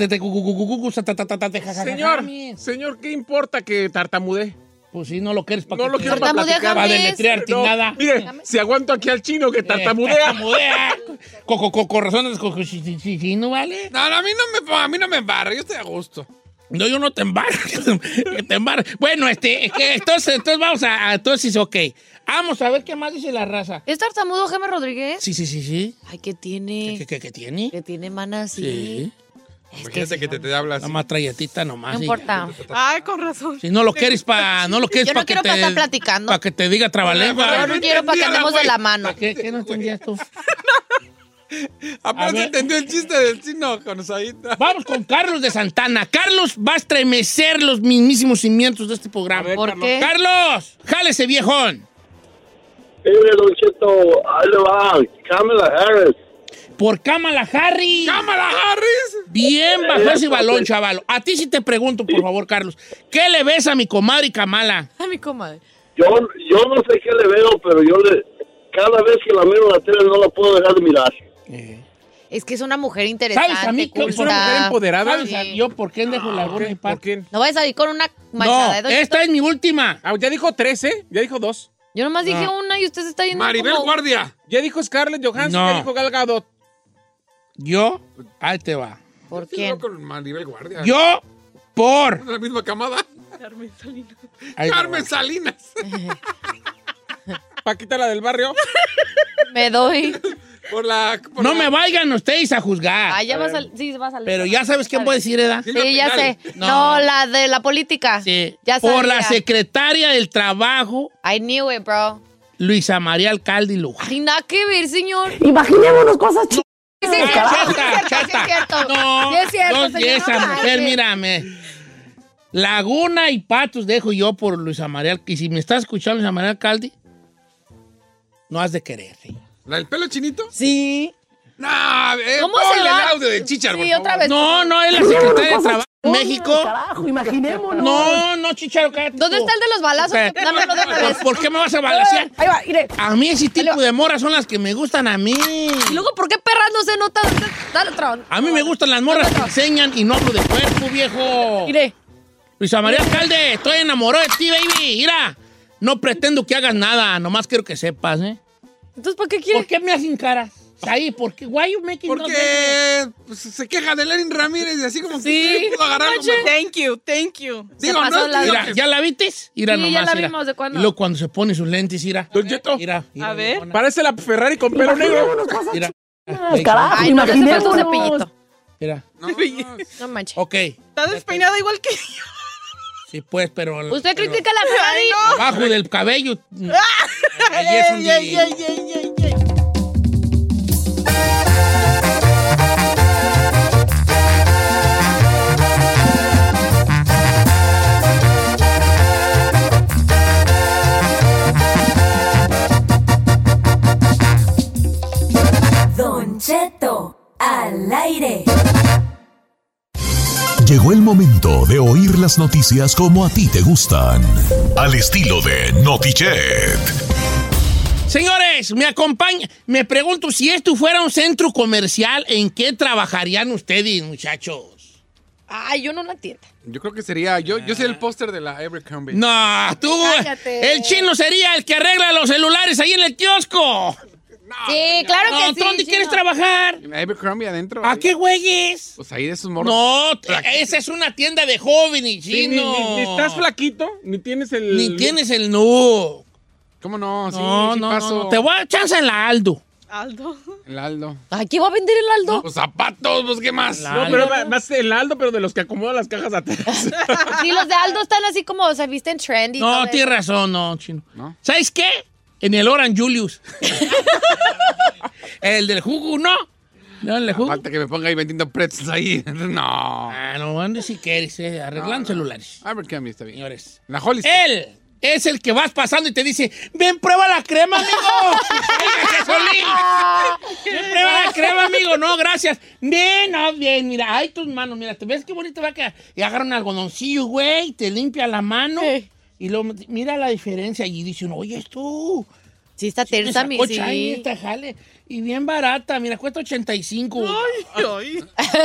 Señor, ¿qué importa que tartamudee? Pues sí, no lo quieres para no lo quiero para platicar. Para deletrearte nada. Mire, si aguanto aquí al chino que tartamudea. Tartamudea. Con razones, sí, no vale. No, a mí no me embarra, yo estoy a gusto. No, yo no te embarro. Bueno, entonces vamos entonces, ok. Vamos a ver qué más dice la raza. ¿Es tartamudo James Rodríguez? Sí. Ay, ¿qué tiene? ¿Qué tiene? Que tiene mana así. Sí. Imagínate que te hablas. Nada más trayetita nomás. No importa. Ay, con razón. Si no lo quieres para... Yo no quiero para estar platicando. Para que te diga trabalengua. Yo no quiero para que andemos de la mano. ¿Qué no entendías tú? Apenas entendió el chiste del chino conocadita. Vamos con Carlos de Santana. Carlos va a estremecer los mismísimos cimientos de este programa. ¿Por qué? Carlos, jálese, viejón. Mire, Don Cheto, ahí le va, Kamala Harris. por Kamala Harris. ¡Kamala Harris! Bien bajo ese balón, chaval. A ti sí te pregunto, por favor, Carlos. ¿Qué le ves a mi comadre Kamala? A mi comadre. Yo no sé qué le veo, pero cada vez que la miro en la tele no la puedo dejar de mirar. Es que es una mujer interesante. ¿Sabes a mí que es una mujer empoderada? ¿Sabes yo por qué dejo la laguna y ¿Por qué? No vayas a salir con una manchada. No, esta es mi última. Ya dijo 3, ¿eh? Ya dijo 2. Yo nomás dije una y usted se está yendo Maribel como... Guardia. Ya dijo Scarlett Johansson, No. ya dijo Gal Gadot. Yo, ahí te va. ¿Por Sí, qué? no, con Maribel Guardia. Yo, por... ¿Es la misma camada? Carmen Salinas. Ahí te Carmen va. Salinas. Paquita, la del barrio. Me doy. No me vayan ustedes a juzgar. Ah, ya va a salir. Sí, va a salir. Pero ya sabes quién puede decir, ¿edad? Sí, ya sé. No. No, la de la política. Sí. Ya Por sabía. la secretaria del Trabajo, I knew it, bro. Luisa María Alcalde y Luján. Ay, nada que ver, señor. Imaginémonos cosas chingadas. Sí, es cierto, Chata. sí es cierto. No, Sí es cierto, no, señor. y esa No, mujer, sí. mírame. Laguna y Patos dejo yo por Luisa María. Y si me estás escuchando, Luisa María Alcalde, no has de querer. ¿Sí? ¿La del pelo chinito? Sí. No, ¿Cómo ponle se va? el audio de Chichar, Sí, por favor. otra vez. No, es la secretaria de Trabajo de México. Carajo, imaginémonos. No, Chicharo, cállate. ¿Dónde está el de los balazos? Espérate. Dámelo de una vez. ¿Por qué me vas a balasear? Ahí va, mire. A mí ese tipo de morras son las que me gustan a mí. Y luego, ¿por qué perras no se nota? Dale otra. A mí me gustan las morras que enseñan y no hablo de cuerpo, viejo. Mire. Luisa María Alcalde, estoy enamorado de ti, baby. Mira, no pretendo que hagas nada, nomás quiero que sepas, ¿eh? Entonces, ¿por qué quieres? ¿Por qué me hacen caras? Ahí, ¿por qué? Why you making those Porque pues, se queja de Lenin Ramírez y así como Sí. que pudo agarrar algo mejor. Thank you. Digo, pasó no, la- digo Mira, que- ¿ya la viste? Mira Sí, nomás, ya la mira. vimos, ¿de cuándo? Y luego cuando se pone sus lentes, mira. Don Cheto. Mira. A ver. Parece la Ferrari con pelo negro. Mira. Carajo, Ay, no, le hace falta un imaginémonos. cepillito. Mira. No manches. Ok. Está despeinada igual que yo. Sí, pues, pero... Usted pero critica a la Ferrari. abajo del cabello. Ahí es donde... Ay. Don Cheto al aire. Llegó el momento de oír las noticias como a ti te gustan. Al estilo de Notichet. Señores, me acompaña. Me pregunto, si esto fuera un centro comercial, ¿en qué trabajarían ustedes, muchachos? Ay, yo no la entiendo. Yo creo que sería, yo sería el póster de la Abercrombie. No, tú. Cállate. El chino sería el que arregla los celulares ahí en el kiosco. Sí, claro No, que ¿tú sí. dónde chino. quieres trabajar? En Abercrombie adentro. ¿A qué güeyes? Pues ahí de esos morros. No, esa es una tienda de jóvenes, Sí, chino. ni estás flaquito, ni tienes el... Ni tienes el no. ¿Cómo no? Sí, No, sí no, paso. no. Te voy a chance en la Aldo. Aldo. El Aldo. Ay, ¿qué va a vender el Aldo? Los zapatos, pues, ¿qué más? No, pero más el Aldo, pero de los que acomodan las cajas atrás. Sí, los de Aldo están así como se visten trendy. y todo No, eso. tienes razón, no, chino. ¿No? ¿Sabes qué? En el Orange Julius. El del jugo, ¿no? No, el del jugo. Falta que me ponga ahí vendiendo pretzels ahí. No. Ah, no, ande si quieres, arreglando celulares. Abercrombie está bien. Señores. La Hollister. Él es el que vas pasando y te dice, ven, prueba la crema, amigo. Venga, Solín. Ven, prueba la crema, amigo. No, gracias. Bien, no, bien, mira, ay, tus manos, mira, ¿te ves qué bonito va a quedar? Y agarra un algodoncillo, güey, te limpia la mano. Y luego, mira la diferencia. Y dice uno, oye, esto... Sí, está tersa, mi sí. Esta jale. Y bien barata, mira, cuesta 85. Ay.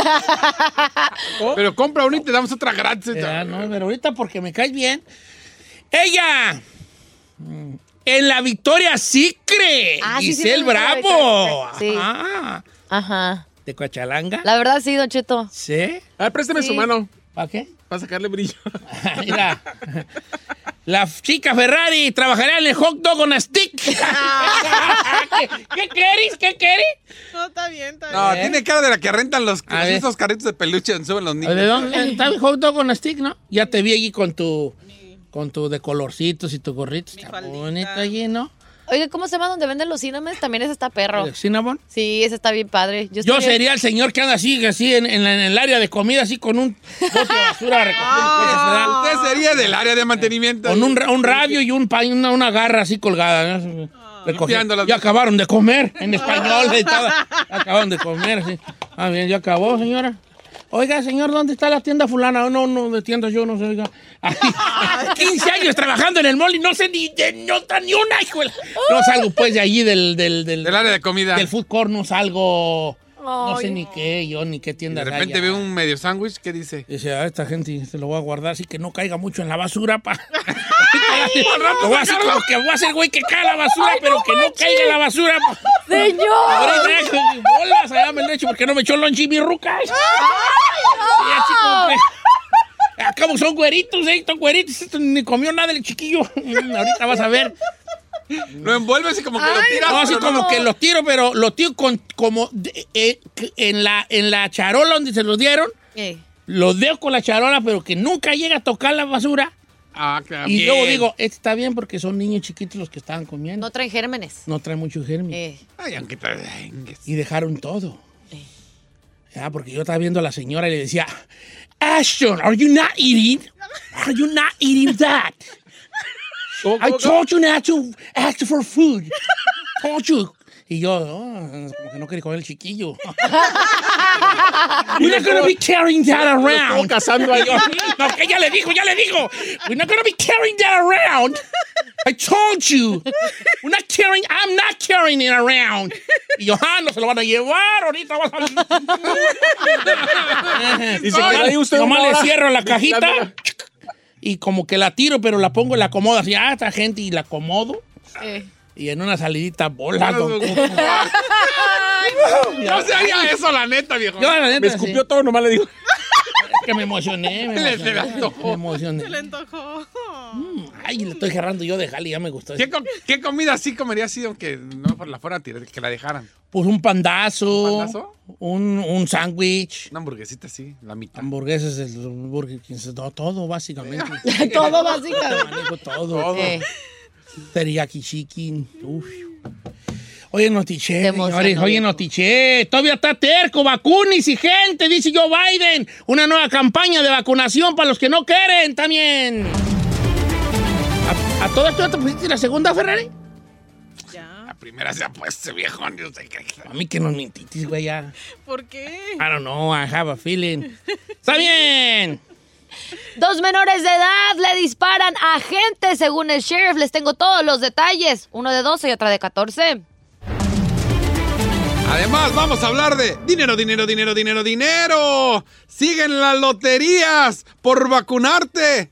Pero compra una y te damos otra gratis. Ya, no, pero ahorita porque me caes bien. Ella, en la Victoria Secret, Ah, sí, sí, Giselle sí, sí, Bravo. sí. Ajá. Ajá. ¿De Coachalanga? La verdad, sí, Don Cheto. ¿Sí? A ver, préstame Sí. su mano. ¿Para qué? Para sacarle brillo. Mira, la chica Ferrari trabajaría en el hot dog on a stick. ¿Qué querés? ¿Qué querés? No, está bien, está bien. No, tiene cara de la que rentan A ver. esos carritos de peluche donde suben los niños. ¿De dónde está el hot dog on a stick, no? Ya te vi allí con tu de colorcitos y tu gorrito. Está bonito allí, ¿no? Oiga, ¿cómo se llama donde venden los cinnamons? También ese está perro. ¿El cinnamon? Sí, ese está bien padre. Yo estoy- sería el señor que anda así en el área de comida, así con un bote de basura recogiendo cosas, ¿verdad? Usted sería del área de mantenimiento. Con un radio y una garra así colgada, ¿no? Ya acabaron de comer, en español. Acabaron de comer, sí. Ah, bien, ya acabó, señora. Oiga, señor, ¿dónde está la tienda fulana? No, de tiendas yo no sé, oiga. 15 años trabajando en el mall y no sé ni una, hijuela. No salgo, pues, de allí del área de comida. Del food court, no salgo. No sé ni qué tienda. De repente ve un medio sándwich, ¿qué dice? Dice, a esta gente se lo voy a guardar así que no caiga mucho en la basura, lo voy a hacer como que voy a hacer güey que caiga la basura, pero que no caiga en la basura. ¡Señor! Ahorita, bolas, allá me lo he hecho porque no me echó lonche mi ruca. Acabo, son güeritos, son güeritos. Ni comió nada el chiquillo. Ahorita vas a ver. Lo envuelves y como que lo tiras. No, así como que lo tiro, pero lo tiro en la charola donde se los dieron. Lo dejo con la charola, pero que nunca llega a tocar la basura. Ah, claro. Y luego digo, este está bien porque son niños chiquitos los que estaban comiendo. No traen gérmenes. No traen muchos gérmenes. Ay, aunque y dejaron todo. Ya, porque yo estaba viendo a la señora y le decía, Ashton, are you not eating? Are you not eating that? I told you not to ask for food. Told you. Y yo, como que no quería comer el chiquillo. We're not going to be carrying that around. No, que ya le dijo. We're not going to be carrying that around. I told you. I'm not carrying it around. Y yo, no se lo van a llevar. Ahorita vas a... Y nomás le cierro la cajita. Y como que la tiro, pero la pongo y la acomodo así. Esta gente, y la acomodo. Y en una salidita volando. No se haría eso, la neta, viejo. Yo, la neta, me escupió todo, nomás le digo. Es que me emocioné. Se le antojó. Se le antojó. Ay, le estoy cerrando yo de jale, ya me gustó. ¿Qué comida sí comería así, aunque no la fuera a tirar, que la dejaran? Pues un pandazo. ¿Un pandazo? Un sándwich. Una hamburguesita así, la mitad. Hamburguesas, el Burger King, todo básicamente. Todo básicamente. Manejo todo. Teriyaki chicken. Uf. Oye, Notiche, señores, oye, Notiche, todavía está terco, vacúnese, gente, dice Joe Biden. Una nueva campaña de vacunación para los que no quieren también. ¿A todo esto ya te pusiste la segunda, Ferrari? Ya. La primera se ha puesto, viejo. No sé qué. A mí que nos mintitis, güey, ya. ¿Por qué? I don't know, I have a feeling. ¡Está bien! 2 menores de edad le disparan a gente, según el sheriff. Les tengo todos los detalles. Uno de 12 y otra de 14. Además, vamos a hablar de dinero. Siguen las loterías por vacunarte.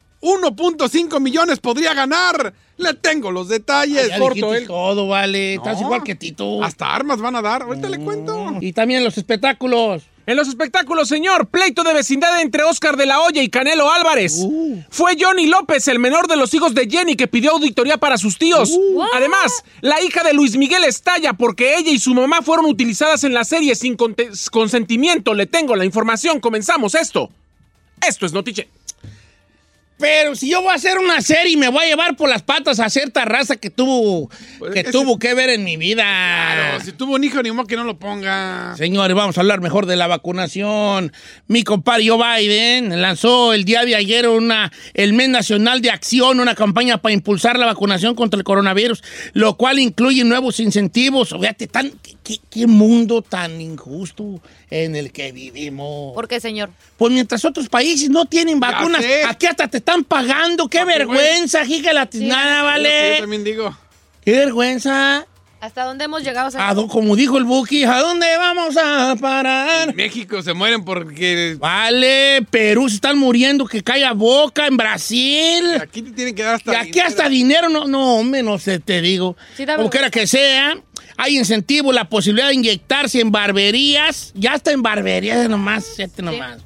1.5 millones podría ganar. Le tengo los detalles. Corto, todo, vale. No, estás igual que Tito. Hasta armas van a dar. Ahorita le cuento. Y también los espectáculos. En los espectáculos, señor, pleito de vecindad entre Oscar de la Hoya y Canelo Álvarez. Fue Johnny López, el menor de los hijos de Jenny, que pidió auditoría para sus tíos. Además, la hija de Luis Miguel estalla porque ella y su mamá fueron utilizadas en la serie sin consentimiento. Le tengo la información. Comenzamos esto. Esto es Notiche. Pero si yo voy a hacer una serie y me voy a llevar por las patas a cierta raza que tuvo que ver en mi vida. Claro, si tuvo un hijo, ni modo que no lo ponga. Señores, vamos a hablar mejor de la vacunación. Mi compadre Joe Biden lanzó el día de ayer el Mes Nacional de Acción, una campaña para impulsar la vacunación contra el coronavirus, lo cual incluye nuevos incentivos. Fíjate, qué mundo tan injusto en el que vivimos. ¿Por qué, señor? Pues mientras otros países no tienen vacunas, aquí hasta te están pagando. ¡Qué vergüenza, hija la tiznada, vale! Yo también digo. ¡Qué vergüenza! ¿Hasta dónde hemos llegado, señor? Como dijo el Buki, ¿a dónde vamos a parar? En México se mueren porque... Vale, Perú se están muriendo, que caiga boca, en Brasil. Aquí te tienen que dar hasta dinero. Y aquí hasta dinero, no, hombre, no sé, te digo. Sí, como quiera que sea, hay incentivo, la posibilidad de inyectarse en barberías. Ya está en barberías nomás, nomás.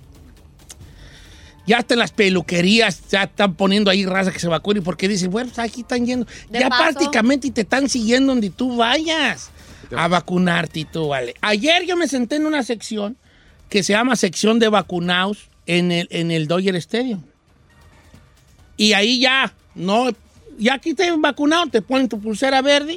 Ya hasta en las peluquerías ya están poniendo ahí raza que se vacune porque dicen, bueno, pues aquí están yendo. Ya prácticamente te están siguiendo donde tú vayas a vacunarte y tú, vale. Ayer yo me senté en una sección que se llama sección de vacunados en el Dodger Stadium. Y ahí ya aquí te vacunado, te ponen tu pulsera verde.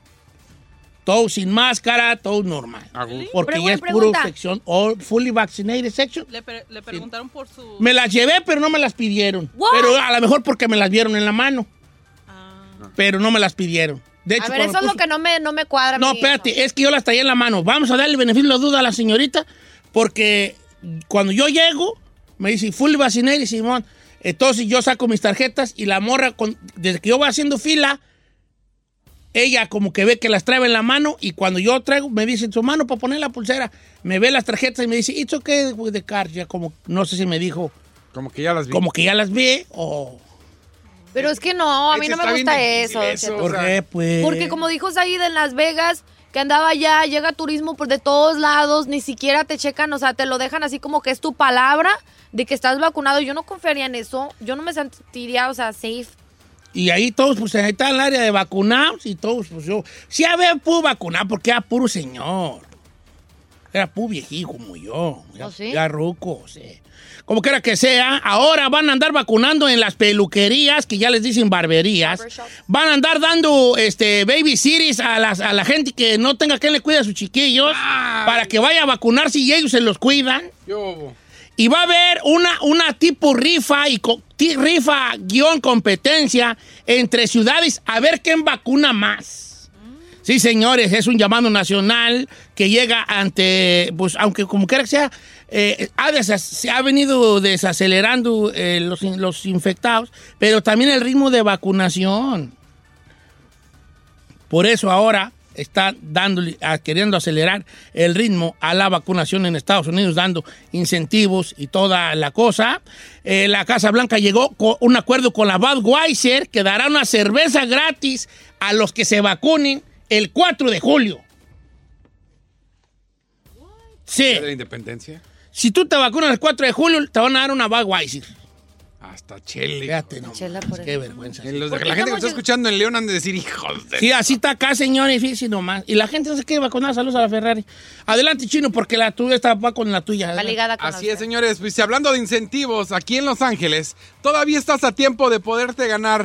Todo sin máscara, todo normal. Porque ya es puro sección, fully vaccinated section. Le preguntaron por su... Me las llevé, pero no me las pidieron. Pero a lo mejor porque me las vieron en la mano. Pero no me las pidieron. De hecho, a ver, eso es lo que no me cuadra. No, espérate, es que yo las traía en la mano. Vamos a darle el beneficio de la duda a la señorita, porque cuando yo llego, me dice, full vaccinated, Simón. Entonces yo saco mis tarjetas y la morra, desde que yo voy haciendo fila, ella como que ve que las trae en la mano y cuando yo traigo, me dice, en su mano para poner la pulsera, me ve las tarjetas y me dice, ¿it's okay with the card? Ya como, no sé si me dijo. Como que ya las vi. Como que ya las vi o... Pero es que no, a mí no me gusta eso. ¿Por qué, pues? Porque como dijo Said en Las Vegas, que andaba allá, llega turismo por de todos lados, ni siquiera te checan, o sea, te lo dejan así como que es tu palabra de que estás vacunado. Yo no confiaría en eso, yo no me sentiría, o sea, safe. Y ahí todos, pues ahí está el área de vacunados y todos, pues yo... Sí había puro vacunado porque era puro señor. Era puro viejito como yo. ¿Oh, sí? Ya ruco, sí. Como quiera que sea, ahora van a andar vacunando en las peluquerías, que ya les dicen barberías. Van a andar dando babysitters a la gente que no tenga quien le cuide a sus chiquillos para que vaya a vacunarse y ellos se los cuidan. Y va a haber una tipo rifa y rifa-competencia entre ciudades a ver quién vacuna más. Sí, señores, es un llamado nacional que llega ante, pues, aunque como quiera que sea, se ha venido desacelerando los infectados, pero también el ritmo de vacunación. Por eso ahora está queriendo acelerar el ritmo a la vacunación en Estados Unidos, dando incentivos y toda la cosa. La Casa Blanca llegó con un acuerdo con la Budweiser que dará una cerveza gratis a los que se vacunen el 4 de julio. Sí. ¿De la independencia? Si tú te vacunas el 4 de julio, te van a dar una Budweiser. Hasta chele. Fíjate, no. Qué vergüenza. La gente que está escuchando en León han de decir, hijos de... Sí, así está acá, señores, fíjense nomás. Y la gente no se quiere vacunar. Saludos a la Ferrari. Adelante, Chino, porque la tuya va con la tuya. Va ligada con Así es, señores. Pues hablando de incentivos, aquí en Los Ángeles, todavía estás a tiempo de poderte ganar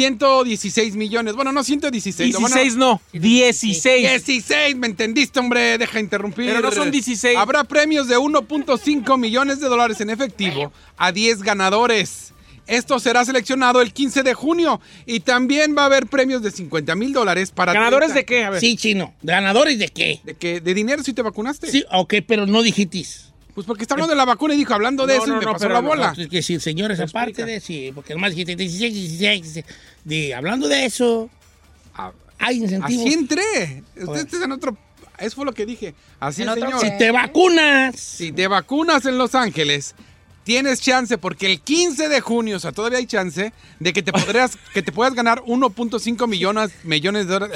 116 millones. Bueno, no 116. 16 no, 16. 16, ¿me entendiste, hombre? Deja interrumpir. Pero no son 16. Habrá premios de 1.5 millones de dólares en efectivo a 10 ganadores. Esto será seleccionado el 15 de junio y también va a haber premios de $50,000 para... ¿Ganadores de qué? A ver. Sí, Chino. ¿Ganadores de qué? ¿De dinero si te vacunaste? Sí, ok, pero no dijitis. Pues porque está hablando de la vacuna y dijo, hablando de eso, y me pasó la bola. Es que sí, señores, aparte de sí, porque nomás dijiste 16, hablando de eso, hay incentivos. Así entré. Ustedes en otro... Eso fue lo que dije. Así, señor. Si te vacunas. Si te vacunas en Los Ángeles... Tienes chance porque el 15 de junio, o sea, todavía hay chance de que te puedas ganar 1.5 millones de dólares.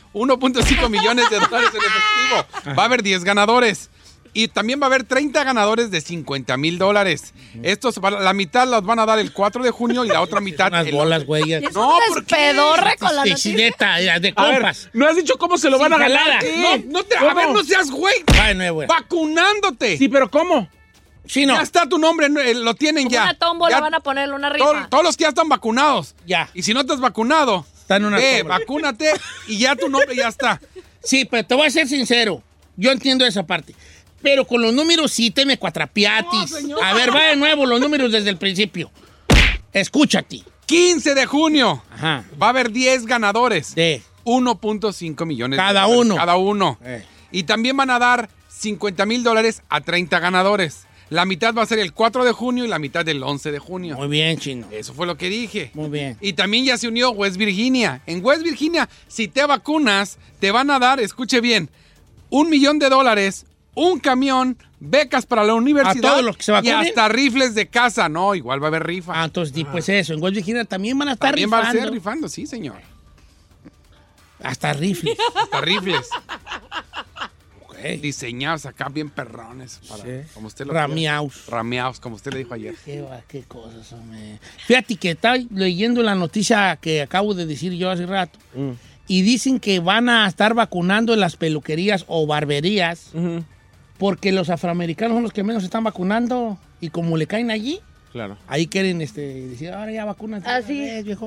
1.5 millones de dólares en efectivo. Va a haber 10 ganadores. Y también va a haber 30 ganadores de $50,000. Estos, la mitad los van a dar el 4 de junio y la otra mitad... Unas bolas, güey. No, porque... pedorre con la noticia. De compas. ¿No has dicho cómo se lo van a ganar? A ver, no seas güey. Vacunándote. Sí, pero ¿cómo? Sí, no. Ya está tu nombre, lo tienen ya. Una tómbola van a ponerle una rifa. Todos los que ya están vacunados. Ya. Y si no te has vacunado, vacúnate y ya tu nombre ya está. Sí, pero te voy a ser sincero. Yo entiendo esa parte. Pero con los números sí te me cuatrapiatis. No, a ver, va de nuevo los números desde el principio. Escúchate. 15 de junio. Ajá. Va a haber 10 ganadores. De 1.5 millones. Cada uno. Cada uno. Y también van a dar $50,000 a 30 ganadores. La mitad va a ser el 4 de junio y la mitad del 11 de junio. Muy bien, Chino. Eso fue lo que dije. Muy bien. Y también ya se unió West Virginia. En West Virginia, si te vacunas, te van a dar, escuche bien, $1 millón, un camión, becas para la universidad. A todos los que se vacunen. Y hasta rifles de casa. No, igual va a haber rifa. Entonces, pues eso. En West Virginia también van a estar también rifando. También va a ser rifando, sí, señor. Hasta rifles. Hasta rifles. Diseñados acá bien perrones. Como usted lo Rameados, como usted le dijo ayer. Qué cosas, hombre. Fíjate que estaba leyendo la noticia que acabo de decir yo hace rato. Y dicen que van a estar vacunando en las peluquerías o barberías porque los afroamericanos son los que menos están vacunando. Y como le caen allí, claro, ahí quieren decir, ahora ya vacúnate. Así.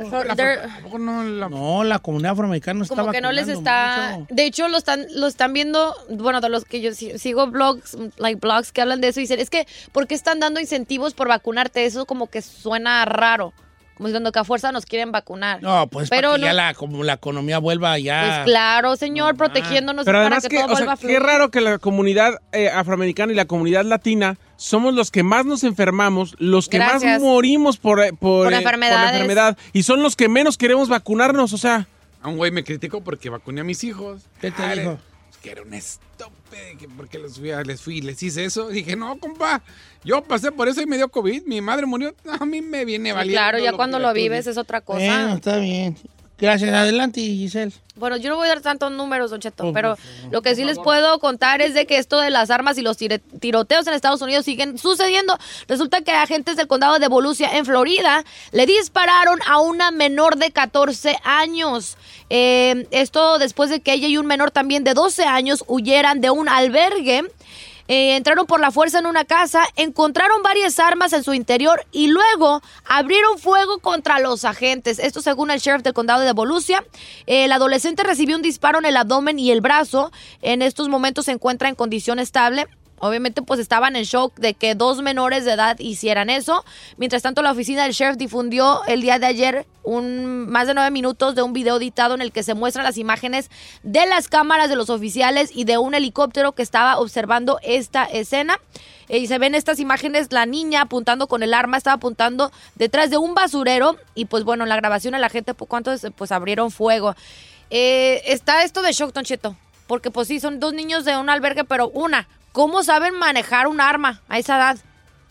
No, la comunidad afroamericana no está vacunando. Como que no les está... mucho. De hecho, lo están viendo, bueno, de los que yo sigo blogs que hablan de eso, y dicen, es que, ¿por qué están dando incentivos por vacunarte? Eso como que suena raro. como diciendo que a fuerza nos quieren vacunar. No, pues pero para que ya como la economía vuelva ya... Pues claro, señor, protegiéndonos Pero para además que todo vuelva a fluir. qué raro que la comunidad afroamericana y la comunidad latina somos los que más nos enfermamos, los que más morimos por la enfermedad, y son los que menos queremos vacunarnos, o sea... A un güey me criticó porque vacuné a mis hijos. ¿Qué te dijo? Que era un estúpido, porque les hice eso. Dije, no, compa, yo pasé por eso y me dio COVID. Mi madre murió, a mí me viene valiendo. Claro, ya cuando lo vives es otra cosa. Bueno, está bien. Gracias, adelante, Giselle. Bueno, yo no voy a dar tantos números, Don Cheto, pero lo que sí les puedo contar es de que esto de las armas y los tiroteos en Estados Unidos siguen sucediendo. Resulta que agentes del condado de Volusia, en Florida, le dispararon a una menor de 14 años. Esto después de que ella y un menor también de 12 años huyeran de un albergue. Entraron por la fuerza en una casa, encontraron varias armas en su interior y luego abrieron fuego contra los agentes. Esto según el sheriff del condado de Volusia. El adolescente recibió un disparo en el abdomen y el brazo. En estos momentos se encuentra en condición estable. Obviamente, pues estaban en shock de que 2 menores de edad hicieran eso. Mientras tanto, la oficina del sheriff difundió el día de ayer más de 9 minutos de un video editado en el que se muestran las imágenes de las cámaras de los oficiales y de un helicóptero que estaba observando esta escena. Y se ven estas imágenes, la niña apuntando con el arma, estaba apuntando detrás de un basurero. Y pues bueno, en la grabación a la gente, pues abrieron fuego. Está esto de shock, Don Cheto. Porque pues sí, son 2 niños de un albergue, pero ¿cómo saben manejar un arma a esa edad?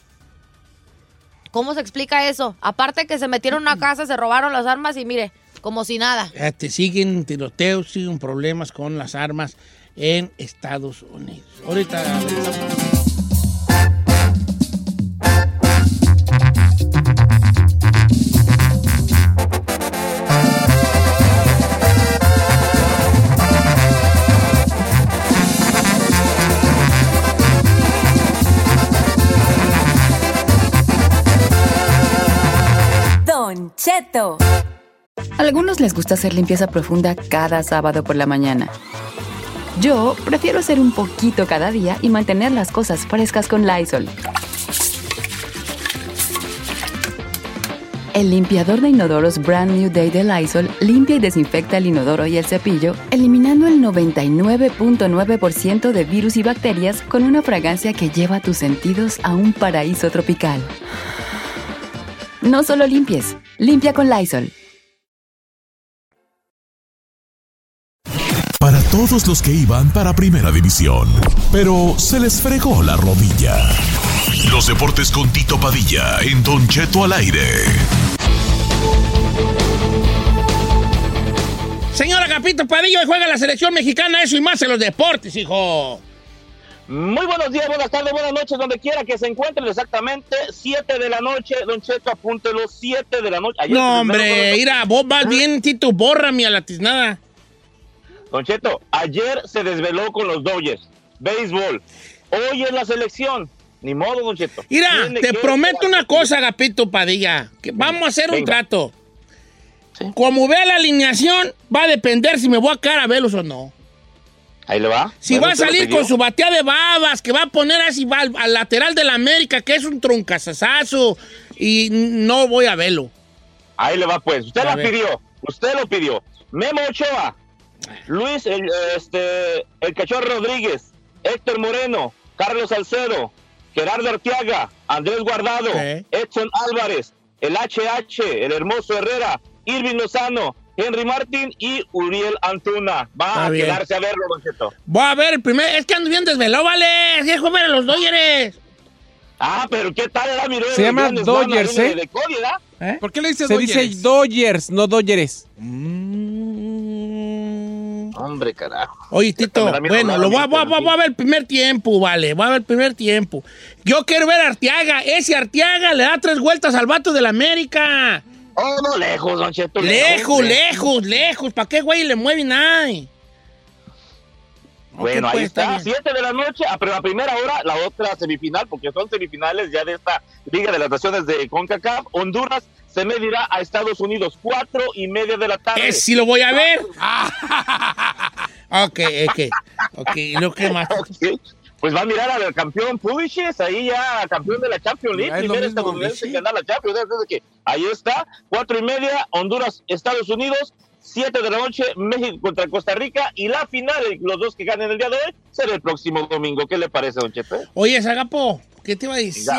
¿Cómo se explica eso? Aparte que se metieron a una casa, se robaron las armas y mire, como si nada. Siguen tiroteos, siguen problemas con las armas en Estados Unidos. Ahorita... Don Cheto. A algunos les gusta hacer limpieza profunda cada sábado por la mañana. Yo prefiero hacer un poquito cada día y mantener las cosas frescas con Lysol. El limpiador de inodoros Brand New Day de Lysol limpia y desinfecta el inodoro y el cepillo, eliminando el 99.9% de virus y bacterias con una fragancia que lleva tus sentidos a un paraíso tropical. No solo limpies, limpia con Lysol. Para todos los que iban para Primera División, pero se les fregó la rodilla. Los deportes con Tito Padilla en Don Cheto al aire. Señora Agapito Padilla, hoy juega la selección mexicana, eso y más en los deportes, hijo. Muy buenos días, buenas tardes, buenas noches, donde quiera que se encuentren, exactamente 7 de la noche, Don Cheto, apúntelo, 7 de la noche. Ayer no, hombre, mira, vos vas bien, Tito, bórrame a la tiznada. Don Cheto, ayer se desveló con los Dodgers, béisbol, hoy es la selección, ni modo, Don Cheto. Mira, te prometo una cosa, Agapito Padilla, que vamos a hacer un trato. ¿Sí? Como vea la alineación, va a depender si me voy a quedar a verlos o no. Ahí le va. Si va a salir con su batea de babas, que va a poner así al lateral de la América, que es un truncazazazo, y no voy a verlo. Ahí le va, pues. Usted lo pidió. Memo Ochoa, Luis, el Cachorro Rodríguez, Héctor Moreno, Carlos Salcedo, Gerardo Arteaga, Andrés Guardado, Edson Álvarez, el HH, el Hermoso Herrera, Irving Lozano, Henry Martín y Uriel Antuna. Va a quedarse a verlo, Don Cheto. Voy a ver el primer. Es que ando bien desvelado, vale. Dejo ver a los Dodgers. Pero ¿qué tal era? Miró se llama Dodgers, de Cody, ¿Por qué le dice Dodgers? Se dice Dodgers, no Dodgers. Hombre, carajo. Oye, Tito, bueno, voy a ver el primer tiempo, vale. Voy a ver el primer tiempo. Yo quiero ver a Arteaga. Ese Arteaga le da 3 vueltas al vato de la América. Oh, no, lejos, Don Cheto. Lejos. ¿Para qué, güey, le mueven ahí? Bueno, ahí está, 7 de la noche, pero a primera hora, la otra semifinal, porque son semifinales ya de esta Liga de las Naciones de CONCACAF. Honduras se medirá a Estados Unidos, 4:30 de la tarde. Sí lo voy a ver. Ok. ¿Lo que más? Okay. pues va a mirar al campeón Pulisic, ahí ya campeón de la Champions League, primer estadounidense que gana la Champions, desde que ahí está, 4:30, Honduras, Estados Unidos, 7 de la noche, México contra Costa Rica, y la final, los dos que ganen el día de hoy, será el próximo domingo. ¿Qué le parece, don Chepe? Oye, Zagapo, ¿qué te iba a decir?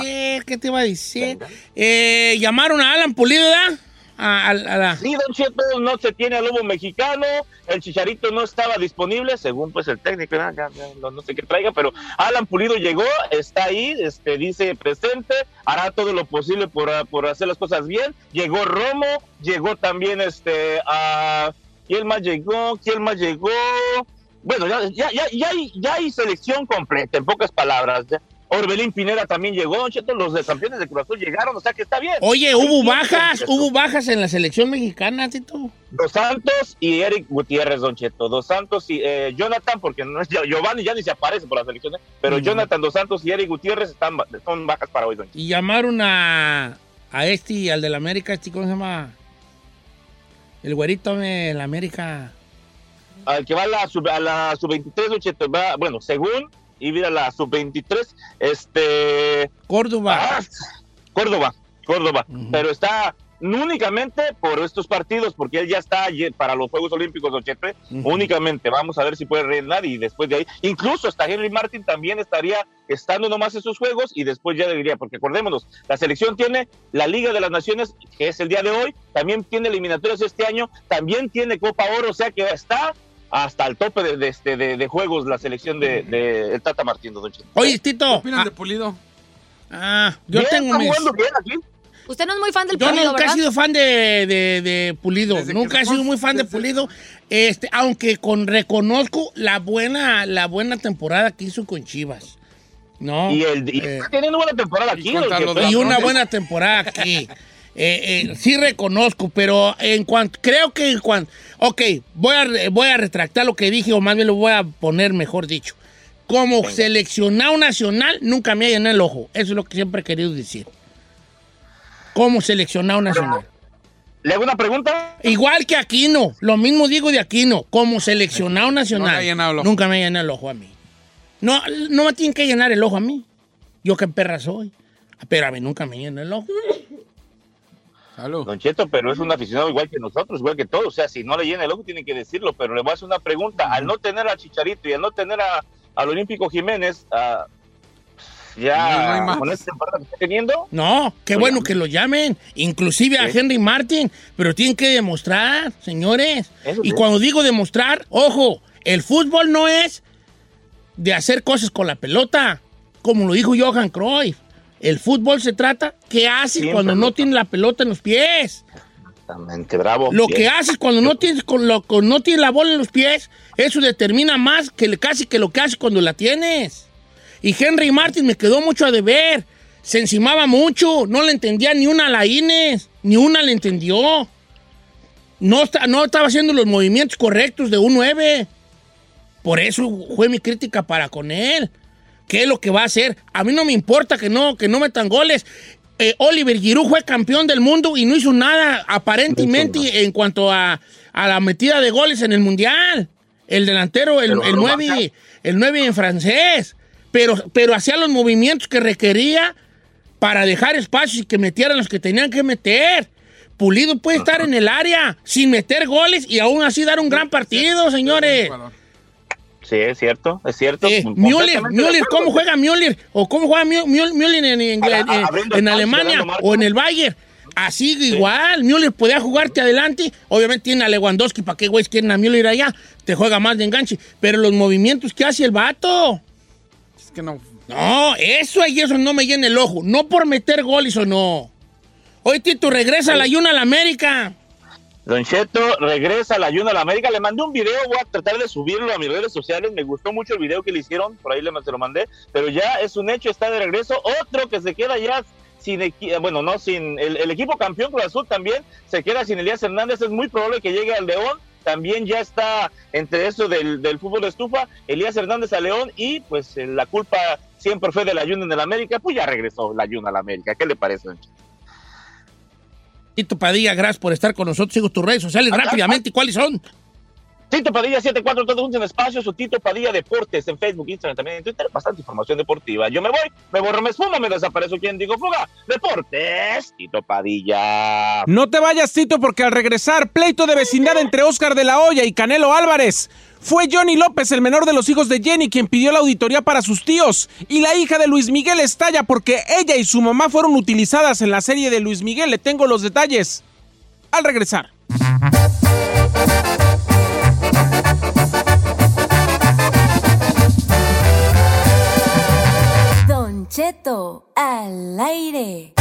Llamaron a Alan Pulido, ¿verdad? Sí, don Chepe, no se tiene al lobo mexicano, el Chicharito no estaba disponible, según pues el técnico, no sé qué traiga, pero Alan Pulido llegó, está ahí, dice presente, hará todo lo posible por hacer las cosas bien. Llegó Romo, llegó también ¿quién más llegó? Bueno, ya hay selección completa, en pocas palabras, ya. Orbelín Pineda también llegó, Don Cheto, los de campeones de Cruz Azul llegaron, o sea que está bien. Oye, hubo bajas en la selección mexicana, Tito. Dos Santos y Eric Gutiérrez, Don Cheto. Dos Santos y Jonathan, porque no es Giovanni, ya ni se aparece por la selección, pero Jonathan, Dos Santos y Eric Gutiérrez son bajas para hoy, Don Cheto. Y llamaron al del América, ¿cómo se llama? El güerito de la América. Al que va a la sub-23, Don Cheto, bueno, según... Y mira la sub-23, Córdoba. Córdoba. Pero está únicamente por estos partidos, porque él ya está para los Juegos Olímpicos, Don Chepe, únicamente. Vamos a ver si puede reinar y después de ahí. Incluso hasta Henry Martin también estaría estando nomás en sus juegos y después ya diría, porque acordémonos, la selección tiene la Liga de las Naciones, que es el día de hoy, también tiene eliminatorias este año, también tiene Copa Oro, o sea que está hasta el tope de juegos la selección de el Tata Martino, Don Cheto. Oye, Tito. ¿Qué opinan de Pulido? Yo tengo mis... Usted no es muy fan del Pulido, ¿verdad? Yo nunca he sido fan de Pulido. Nunca he sido muy fan de Pulido. Aunque reconozco la buena temporada que hizo con Chivas. ¿No? Y tiene una buena temporada aquí. Y una buena temporada aquí. Sí reconozco, pero ok, voy a retractar lo que dije, o más bien lo voy a poner mejor dicho. Como seleccionado nacional, nunca me ha llenado el ojo. Eso es lo que siempre he querido decir. Como seleccionado nacional. ¿Le hago una pregunta? Igual que Aquino, lo mismo digo de Aquino. Como seleccionado nacional, nunca me ha llenado el ojo a mí. No me tienen que llenar el ojo a mí. Yo que perra soy. Pero a mí nunca me llena el ojo. Don Cheto, pero es un aficionado igual que nosotros, igual que todos. O sea, si no le llena el ojo, tiene que decirlo. Pero le voy a hacer una pregunta. Al no tener a Chicharito y al no tener al Olímpico Jiménez, ya con esta temporada que está teniendo. No, qué bueno que lo llamen. Inclusive a Henry Martin. Pero tienen que demostrar, señores. Y cuando digo demostrar, ojo, el fútbol no es de hacer cosas con la pelota, como lo dijo Johan Cruyff. El fútbol se trata qué haces cuando no tienes la pelota en los pies. Exactamente, bravo. Lo que haces cuando no tienes la bola en los pies, eso determina más que casi que lo que haces cuando la tienes. Y Henry Martin me quedó mucho a deber. Se encimaba mucho, no le entendía ni una a la Inés, ni una le entendió. No estaba haciendo los movimientos correctos de un 9. Por eso fue mi crítica para con él. ¿Qué es lo que va a hacer? A mí no me importa que no metan goles. Oliver Giroud fue campeón del mundo y no hizo nada aparentemente en cuanto a la metida de goles en el Mundial. El delantero, el 9 en francés. Pero hacía los movimientos que requería para dejar espacios y que metieran los que tenían que meter. Pulido puede estar en el área sin meter goles y aún así dar un gran partido, señores. Sí, es cierto. Müller, ¿cómo juega Müller? ¿O cómo juega Müller en Alemania o en el Bayern? Así igual, Müller podía jugarte adelante. Obviamente tiene a Lewandowski, ¿para qué güeyes quieren a Müller allá? Te juega más de enganche. Pero los movimientos que hace el vato. Es que no. No, eso no me llena el ojo. No por meter goles o no. Hoy Tito regresa a la Ayuna a la América. Don Cheto regresa a la Ayuna a la América. Le mandé un video, voy a tratar de subirlo a mis redes sociales. Me gustó mucho el video que le hicieron, por ahí se lo mandé. Pero ya es un hecho, está de regreso. Otro que se queda ya sin el equipo campeón Cruz Azul también se queda sin Elías Hernández. Es muy probable que llegue al León. También ya está entre eso del fútbol de estufa. Elías Hernández a León y pues la culpa siempre fue de la Ayuna en el América. Pues ya regresó la Ayuna a la América. ¿Qué le parece, don Cheto? Tito Padilla, gracias por estar con nosotros. Sigo tus redes sociales rápidamente. ¿Cuáles son? Tito Padilla 74, todos juntos en espacios, o Tito Padilla Deportes en Facebook, Instagram, también en Twitter, bastante información deportiva. Yo me voy, me borro, me esfumo, me desaparezco. ¿Quién digo fuga? Deportes, Tito Padilla. No te vayas, Tito, porque al regresar, pleito de vecindad entre Oscar de la Hoya y Canelo Álvarez. Fue Johnny López, el menor de los hijos de Jenny, quien pidió la auditoría para sus tíos. Y la hija de Luis Miguel estalla porque ella y su mamá fueron utilizadas en la serie de Luis Miguel. Le tengo los detalles al regresar. Don Cheto al aire.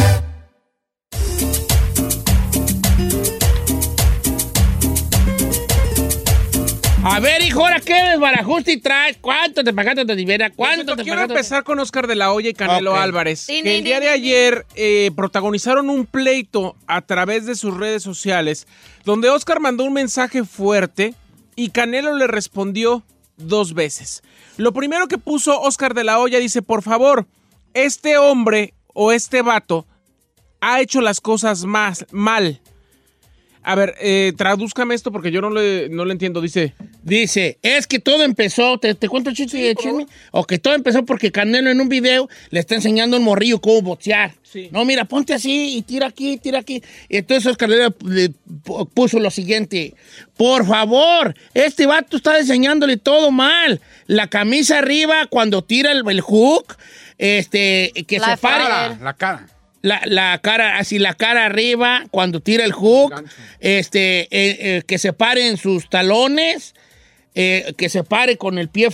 A ver, hijo, ¿ahora qué desbarajuste y traes? ¿Cuánto te pagaste de Rivera? ¿Cuánto te Quiero pagaste? empezar con Oscar de la Hoya y Canelo Álvarez. Que el día de ayer protagonizaron un pleito a través de sus redes sociales, donde Oscar mandó un mensaje fuerte y Canelo le respondió 2 veces. Lo primero que puso Oscar de la Hoya dice, por favor, este hombre o este vato ha hecho las cosas mal. A ver, tradúzcame esto porque yo no le entiendo. Dice, es que todo empezó, ¿te cuento chiste, chisme? O que todo empezó porque Canelo en un video le está enseñando a un morrillo cómo boxear. Sí. No, mira, ponte así y tira aquí, tira aquí. Y entonces Canelo le puso lo siguiente, por favor, este vato está enseñándole todo mal. La camisa arriba cuando tira el hook, que se pare. La cara. La cara, así la cara arriba, cuando tira el hook, que se pare en sus talones, que se pare con el pie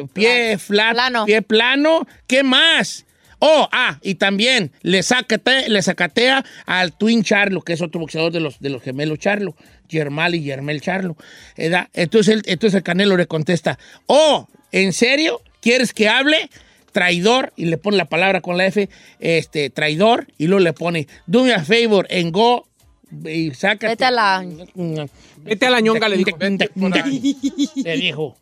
plano. ¿Qué más? Y también le sacatea al Twin Charlo, que es otro boxeador de los gemelos Charlo, Yermal y Yermel Charlo. Entonces el Canelo le contesta, ¿en serio? ¿Quieres que hable? Traidor, y le pone la palabra con la F, traidor, y luego le pone, do me a favor, and go, y sácate. Vete a la ñonga, le dijo. Le dijo.